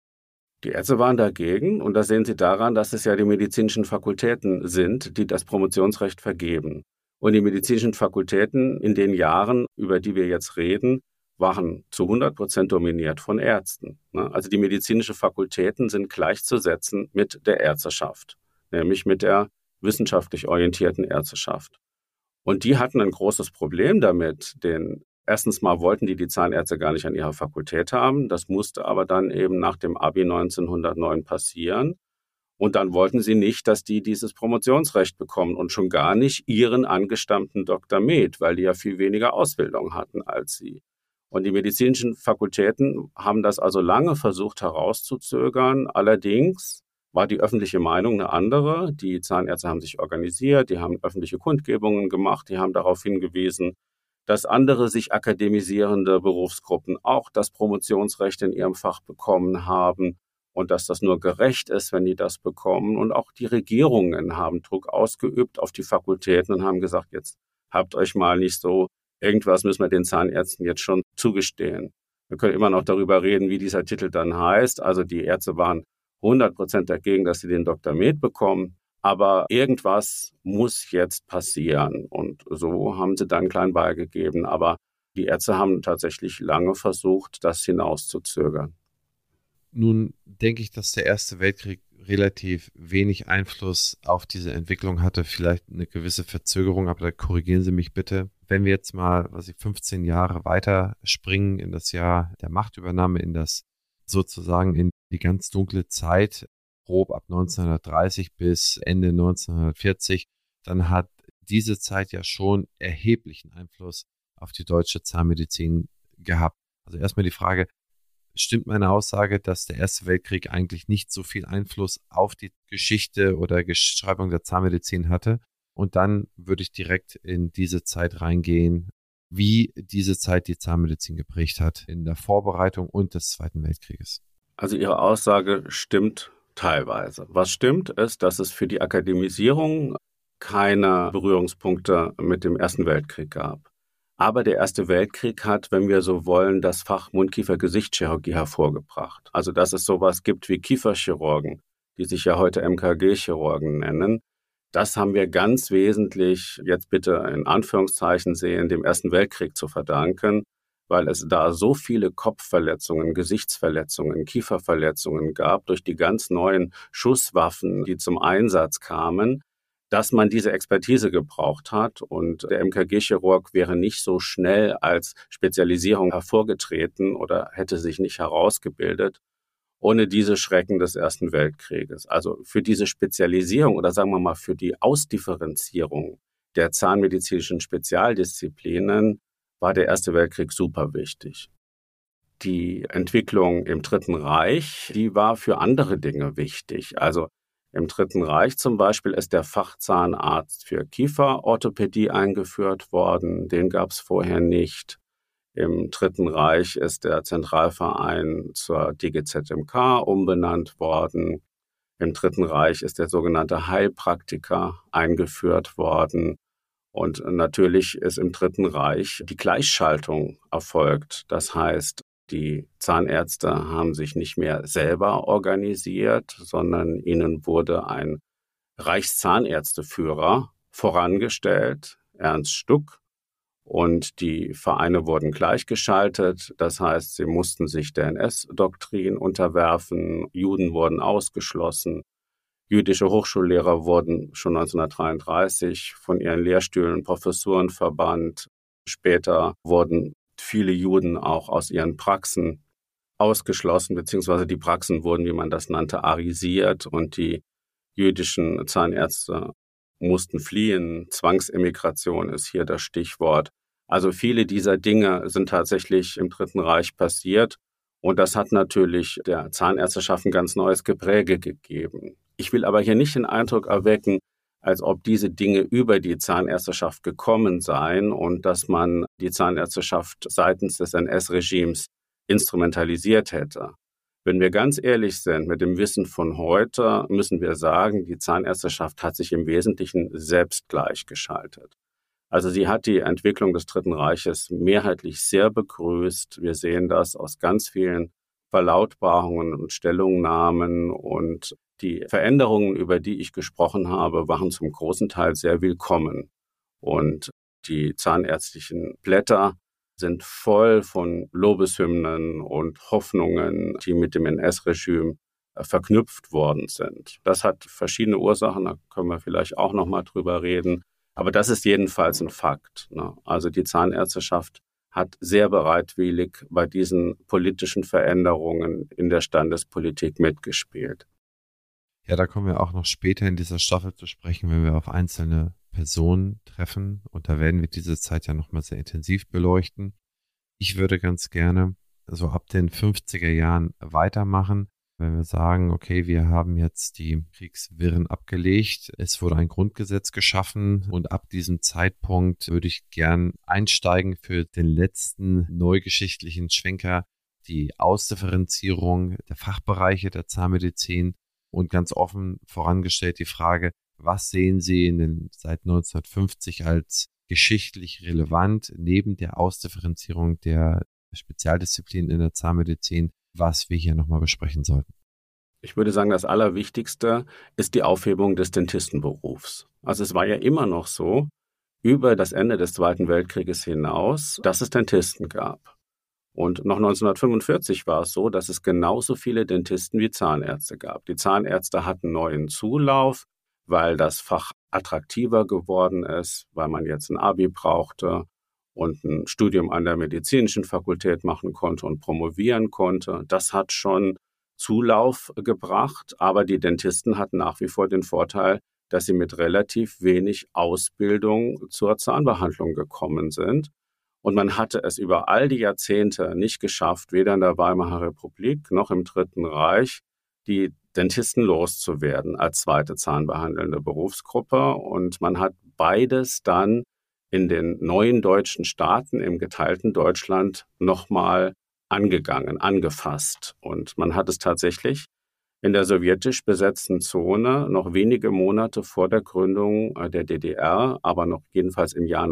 Die Ärzte waren dagegen und das sehen Sie daran, dass es ja die medizinischen Fakultäten sind, die das Promotionsrecht vergeben. Und die medizinischen Fakultäten in den Jahren, über die wir jetzt reden, waren zu 100% dominiert von Ärzten. Also die medizinischen Fakultäten sind gleichzusetzen mit der Ärzteschaft, nämlich mit der wissenschaftlich orientierten Ärzteschaft. Und die hatten ein großes Problem damit, denn erstens mal wollten die Zahnärzte gar nicht an ihrer Fakultät haben. Das musste aber dann eben nach dem Abi 1909 passieren. Und dann wollten sie nicht, dass die dieses Promotionsrecht bekommen und schon gar nicht ihren angestammten Dr. Med, weil die ja viel weniger Ausbildung hatten als sie. Und die medizinischen Fakultäten haben das also lange versucht herauszuzögern. Allerdings war die öffentliche Meinung eine andere. Die Zahnärzte haben sich organisiert, die haben öffentliche Kundgebungen gemacht, die haben darauf hingewiesen, dass andere sich akademisierende Berufsgruppen auch das Promotionsrecht in ihrem Fach bekommen haben und dass das nur gerecht ist, wenn die das bekommen. Und auch die Regierungen haben Druck ausgeübt auf die Fakultäten und haben gesagt, jetzt habt euch mal nicht so, irgendwas müssen wir den Zahnärzten jetzt schon zugestehen. Wir können immer noch darüber reden, wie dieser Titel dann heißt. Also die Ärzte waren 100% dagegen, dass sie den Dr. Med bekommen. Aber irgendwas muss jetzt passieren. Und so haben sie dann klein beigegeben. Aber die Ärzte haben tatsächlich lange versucht, das hinauszuzögern. Nun denke ich, dass der Erste Weltkrieg relativ wenig Einfluss auf diese Entwicklung hatte, vielleicht eine gewisse Verzögerung, aber da korrigieren Sie mich bitte. Wenn wir jetzt mal, 15 Jahre weiter springen in das Jahr der Machtübernahme, in das sozusagen in die ganz dunkle Zeit, grob ab 1930 bis Ende 1940, dann hat diese Zeit ja schon erheblichen Einfluss auf die deutsche Zahnmedizin gehabt. Also erstmal die Frage, stimmt meine Aussage, dass der Erste Weltkrieg eigentlich nicht so viel Einfluss auf die Geschichte oder Geschreibung der Zahnmedizin hatte? Und dann würde ich direkt in diese Zeit reingehen, wie diese Zeit die Zahnmedizin geprägt hat in der Vorbereitung und des Zweiten Weltkrieges. Also Ihre Aussage stimmt teilweise. Was stimmt, ist, dass es für die Akademisierung keine Berührungspunkte mit dem Ersten Weltkrieg gab. Aber der Erste Weltkrieg hat, wenn wir so wollen, das Fach Mund-Kiefer-Gesichtschirurgie hervorgebracht. Also dass es sowas gibt wie Kieferchirurgen, die sich ja heute MKG-Chirurgen nennen. Das haben wir ganz wesentlich, jetzt bitte in Anführungszeichen sehen, dem Ersten Weltkrieg zu verdanken, weil es da so viele Kopfverletzungen, Gesichtsverletzungen, Kieferverletzungen gab durch die ganz neuen Schusswaffen, die zum Einsatz kamen, dass man diese Expertise gebraucht hat. Und der MKG-Chirurg wäre nicht so schnell als Spezialisierung hervorgetreten oder hätte sich nicht herausgebildet ohne diese Schrecken des Ersten Weltkrieges. Also für diese Spezialisierung oder sagen wir mal für die Ausdifferenzierung der zahnmedizinischen Spezialdisziplinen war der Erste Weltkrieg super wichtig. Die Entwicklung im Dritten Reich, die war für andere Dinge wichtig. Also im Dritten Reich zum Beispiel ist der Fachzahnarzt für Kieferorthopädie eingeführt worden. Den gab es vorher nicht. Im Dritten Reich ist der Zentralverein zur DGZMK umbenannt worden. Im Dritten Reich ist der sogenannte Heilpraktiker eingeführt worden. Und natürlich ist im Dritten Reich die Gleichschaltung erfolgt. Das heißt, die Zahnärzte haben sich nicht mehr selber organisiert, sondern ihnen wurde ein Reichszahnärzteführer vorangestellt, Ernst Stuck. Und die Vereine wurden gleichgeschaltet. Das heißt, sie mussten sich der NS-Doktrin unterwerfen. Juden wurden ausgeschlossen. Jüdische Hochschullehrer wurden schon 1933 von ihren Lehrstühlen und Professuren verbannt. Später wurden viele Juden auch aus ihren Praxen ausgeschlossen, beziehungsweise die Praxen wurden, wie man das nannte, arisiert und die jüdischen Zahnärzte mussten fliehen. Zwangsemigration ist hier das Stichwort. Also viele dieser Dinge sind tatsächlich im Dritten Reich passiert und das hat natürlich der Zahnärzteschaft ein ganz neues Gepräge gegeben. Ich will aber hier nicht den Eindruck erwecken, als ob diese Dinge über die Zahnärzteschaft gekommen seien und dass man die Zahnärzteschaft seitens des NS-Regimes instrumentalisiert hätte. Wenn wir ganz ehrlich sind mit dem Wissen von heute, müssen wir sagen, die Zahnärzteschaft hat sich im Wesentlichen selbst gleichgeschaltet. Also sie hat die Entwicklung des Dritten Reiches mehrheitlich sehr begrüßt. Wir sehen das aus ganz vielen Verlautbarungen und Stellungnahmen und die Veränderungen, über die ich gesprochen habe, waren zum großen Teil sehr willkommen. Und die zahnärztlichen Blätter sind voll von Lobeshymnen und Hoffnungen, die mit dem NS-Regime verknüpft worden sind. Das hat verschiedene Ursachen, da können wir vielleicht auch noch mal drüber reden. Aber das ist jedenfalls ein Fakt. Also die Zahnärzteschaft hat sehr bereitwillig bei diesen politischen Veränderungen in der Standespolitik mitgespielt. Ja, da kommen wir auch noch später in dieser Staffel zu sprechen, wenn wir auf einzelne Personen treffen. Und da werden wir diese Zeit ja nochmal sehr intensiv beleuchten. Ich würde ganz gerne so ab den 50er Jahren weitermachen, wenn wir sagen, okay, wir haben jetzt die Kriegswirren abgelegt, es wurde ein Grundgesetz geschaffen und ab diesem Zeitpunkt würde ich gern einsteigen für den letzten neugeschichtlichen Schwenker, die Ausdifferenzierung der Fachbereiche der Zahnmedizin und ganz offen vorangestellt die Frage, was sehen Sie seit 1950 als geschichtlich relevant neben der Ausdifferenzierung der Spezialdisziplinen in der Zahnmedizin, was wir hier nochmal besprechen sollten? Ich würde sagen, das Allerwichtigste ist die Aufhebung des Dentistenberufs. Also es war ja immer noch so, über das Ende des Zweiten Weltkrieges hinaus, dass es Dentisten gab. Und noch 1945 war es so, dass es genauso viele Dentisten wie Zahnärzte gab. Die Zahnärzte hatten neuen Zulauf, weil das Fach attraktiver geworden ist, weil man jetzt ein Abi brauchte und ein Studium an der medizinischen Fakultät machen konnte und promovieren konnte. Das hat schon Zulauf gebracht, aber die Dentisten hatten nach wie vor den Vorteil, dass sie mit relativ wenig Ausbildung zur Zahnbehandlung gekommen sind. Und man hatte es über all die Jahrzehnte nicht geschafft, weder in der Weimarer Republik noch im Dritten Reich, die Dentisten loszuwerden als zweite zahnbehandelnde Berufsgruppe. Und man hat beides dann in den neuen deutschen Staaten, im geteilten Deutschland, nochmal angefasst. Und man hat es tatsächlich in der sowjetisch besetzten Zone noch wenige Monate vor der Gründung der DDR, aber noch jedenfalls im Jahr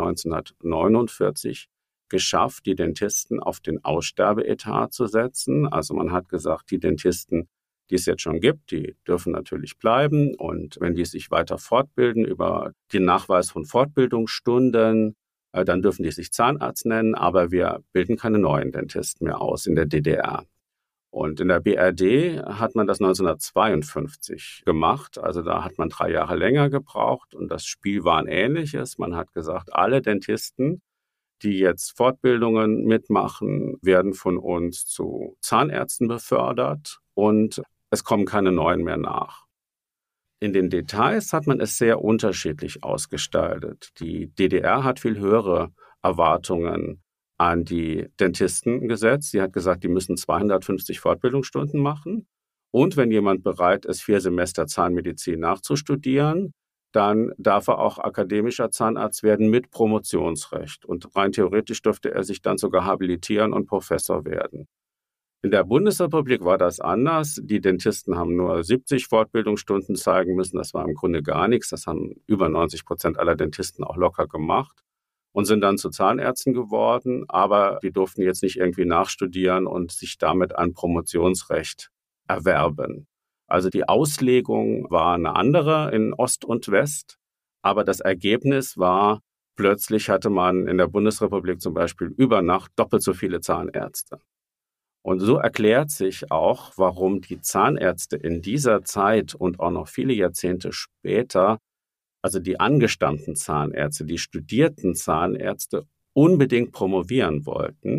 1949, geschafft, die Dentisten auf den Aussterbeetat zu setzen. Also man hat gesagt, die Dentisten, die es jetzt schon gibt, die dürfen natürlich bleiben. Und wenn die sich weiter fortbilden über den Nachweis von Fortbildungsstunden, dann dürfen die sich Zahnarzt nennen, aber wir bilden keine neuen Dentisten mehr aus in der DDR. Und in der BRD hat man das 1952 gemacht. Also da hat man 3 Jahre länger gebraucht und das Spiel war ein ähnliches. Man hat gesagt, alle Dentisten, die jetzt Fortbildungen mitmachen, werden von uns zu Zahnärzten befördert und es kommen keine neuen mehr nach. In den Details hat man es sehr unterschiedlich ausgestaltet. Die DDR hat viel höhere Erwartungen an die Dentisten gesetzt. Sie hat gesagt, die müssen 250 Fortbildungsstunden machen. Und wenn jemand bereit ist, 4 Semester Zahnmedizin nachzustudieren, dann darf er auch akademischer Zahnarzt werden mit Promotionsrecht. Und rein theoretisch dürfte er sich dann sogar habilitieren und Professor werden. In der Bundesrepublik war das anders. Die Dentisten haben nur 70 Fortbildungsstunden zeigen müssen. Das war im Grunde gar nichts. Das haben über 90% aller Dentisten auch locker gemacht und sind dann zu Zahnärzten geworden. Aber die durften jetzt nicht irgendwie nachstudieren und sich damit ein Promotionsrecht erwerben. Also die Auslegung war eine andere in Ost und West. Aber das Ergebnis war, plötzlich hatte man in der Bundesrepublik zum Beispiel über Nacht doppelt so viele Zahnärzte. Und so erklärt sich auch, warum die Zahnärzte in dieser Zeit und auch noch viele Jahrzehnte später, also die angestammten Zahnärzte, die studierten Zahnärzte unbedingt promovieren wollten.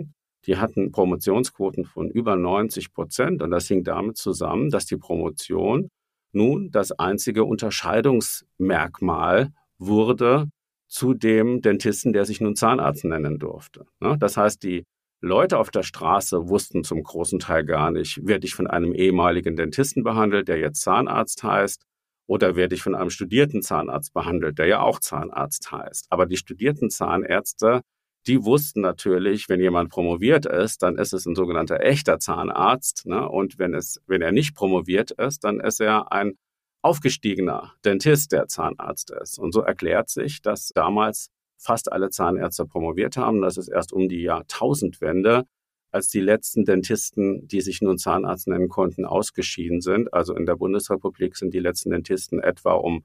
die hatten Promotionsquoten von über 90%. Und das hing damit zusammen, dass die Promotion nun das einzige Unterscheidungsmerkmal wurde zu dem Dentisten, der sich nun Zahnarzt nennen durfte. Das heißt, die Leute auf der Straße wussten zum großen Teil gar nicht, werde ich von einem ehemaligen Dentisten behandelt, der jetzt Zahnarzt heißt, oder werde ich von einem studierten Zahnarzt behandelt, der ja auch Zahnarzt heißt. Aber die studierten Zahnärzte, die wussten natürlich, wenn jemand promoviert ist, dann ist es ein sogenannter echter Zahnarzt. Und wenn er nicht promoviert ist, dann ist er ein aufgestiegener Dentist, der Zahnarzt ist. Und so erklärt sich, dass damals fast alle Zahnärzte promoviert haben. Das ist erst um die Jahrtausendwende, als die letzten Dentisten, die sich nun Zahnarzt nennen konnten, ausgeschieden sind. Also in der Bundesrepublik sind die letzten Dentisten etwa um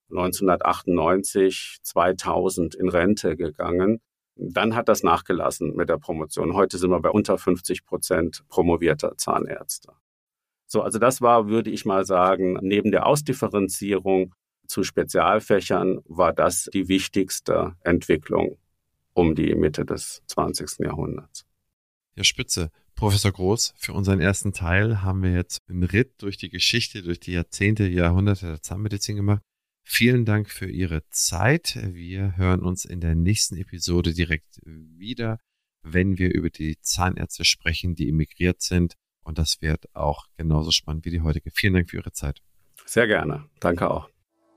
1998, 2000 in Rente gegangen. Dann hat das nachgelassen mit der Promotion. Heute sind wir bei unter 50% promovierter Zahnärzte. So, also das war, würde ich mal sagen, neben der Ausdifferenzierung zu Spezialfächern war das die wichtigste Entwicklung um die Mitte des 20. Jahrhunderts. Ja, spitze. Professor Groß, für unseren ersten Teil haben wir jetzt einen Ritt durch die Geschichte, durch die Jahrzehnte, Jahrhunderte der Zahnmedizin gemacht. Vielen Dank für Ihre Zeit. Wir hören uns in der nächsten Episode direkt wieder, wenn wir über die Zahnärzte sprechen, die emigriert sind. Und das wird auch genauso spannend wie die heutige. Vielen Dank für Ihre Zeit. Sehr gerne. Danke auch.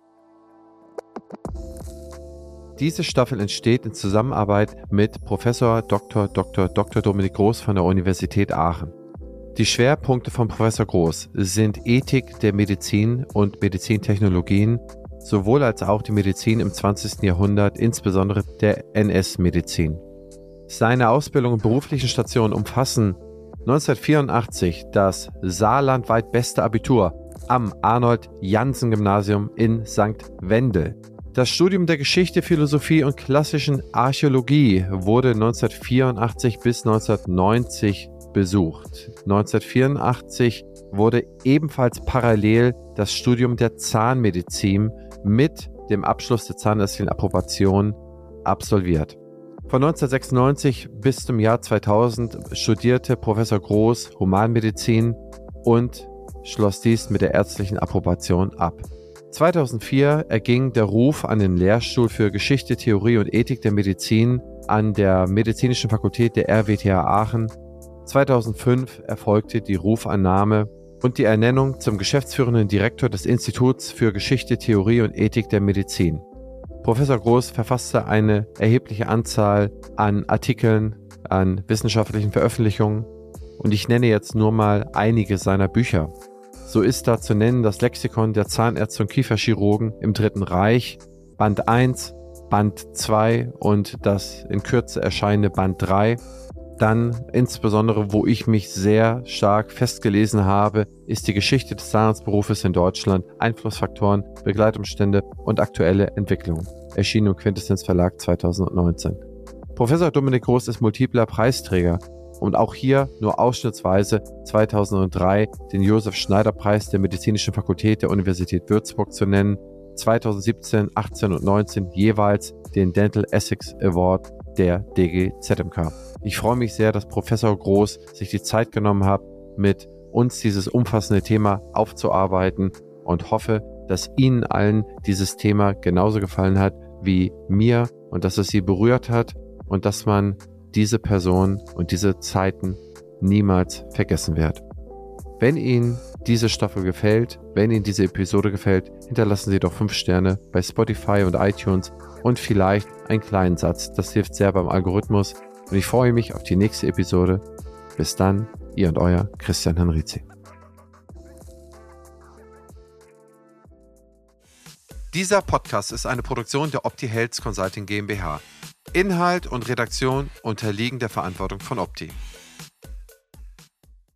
Diese Staffel entsteht in Zusammenarbeit mit Professor Dr. Dominik Groß von der Universität Aachen. Die Schwerpunkte von Professor Groß sind Ethik der Medizin und Medizintechnologien, sowohl als auch die Medizin im 20. Jahrhundert, insbesondere der NS-Medizin. Seine Ausbildung und beruflichen Stationen umfassen 1984 das saarlandweit beste Abitur am Arnold-Janssen-Gymnasium in St. Wendel. Das Studium der Geschichte, Philosophie und klassischen Archäologie wurde 1984 bis 1990 besucht. 1984 wurde ebenfalls parallel das Studium der Zahnmedizin mit dem Abschluss der zahnärztlichen Approbation absolviert. Von 1996 bis zum Jahr 2000 studierte Professor Groß Humanmedizin und schloss dies mit der ärztlichen Approbation ab. 2004 erging der Ruf an den Lehrstuhl für Geschichte, Theorie und Ethik der Medizin an der Medizinischen Fakultät der RWTH Aachen. 2005 erfolgte die Rufannahme und die Ernennung zum geschäftsführenden Direktor des Instituts für Geschichte, Theorie und Ethik der Medizin. Professor Groß verfasste eine erhebliche Anzahl an Artikeln, an wissenschaftlichen Veröffentlichungen und ich nenne jetzt nur mal einige seiner Bücher. So ist da zu nennen das Lexikon der Zahnärzte und Kieferchirurgen im Dritten Reich, Band 1, Band 2 und das in Kürze erscheinende Band 3. Dann insbesondere, wo ich mich sehr stark festgelesen habe, ist die Geschichte des Zahnarztberufes in Deutschland, Einflussfaktoren, Begleitumstände und aktuelle Entwicklungen. Erschienen im Quintessenz Verlag 2019. Professor Dominik Groß ist multipler Preisträger und auch hier nur ausschnittsweise 2003 den Josef-Schneider-Preis der Medizinischen Fakultät der Universität Würzburg zu nennen, 2017, 18 und 19 jeweils den Dental Ethics Award der DGZMK. Ich freue mich sehr, dass Professor Groß sich die Zeit genommen hat, mit uns dieses umfassende Thema aufzuarbeiten und hoffe, dass Ihnen allen dieses Thema genauso gefallen hat wie mir und dass es Sie berührt hat und dass man diese Person und diese Zeiten niemals vergessen wird. Wenn Ihnen diese Staffel gefällt, wenn Ihnen diese Episode gefällt, hinterlassen Sie doch 5 Sterne bei Spotify und iTunes und vielleicht einen kleinen Satz. Das hilft sehr beim Algorithmus und ich freue mich auf die nächste Episode. Bis dann, Ihr und Euer Christian Henrizi. Dieser Podcast ist eine Produktion der Opti Health Consulting GmbH. Inhalt und Redaktion unterliegen der Verantwortung von Opti.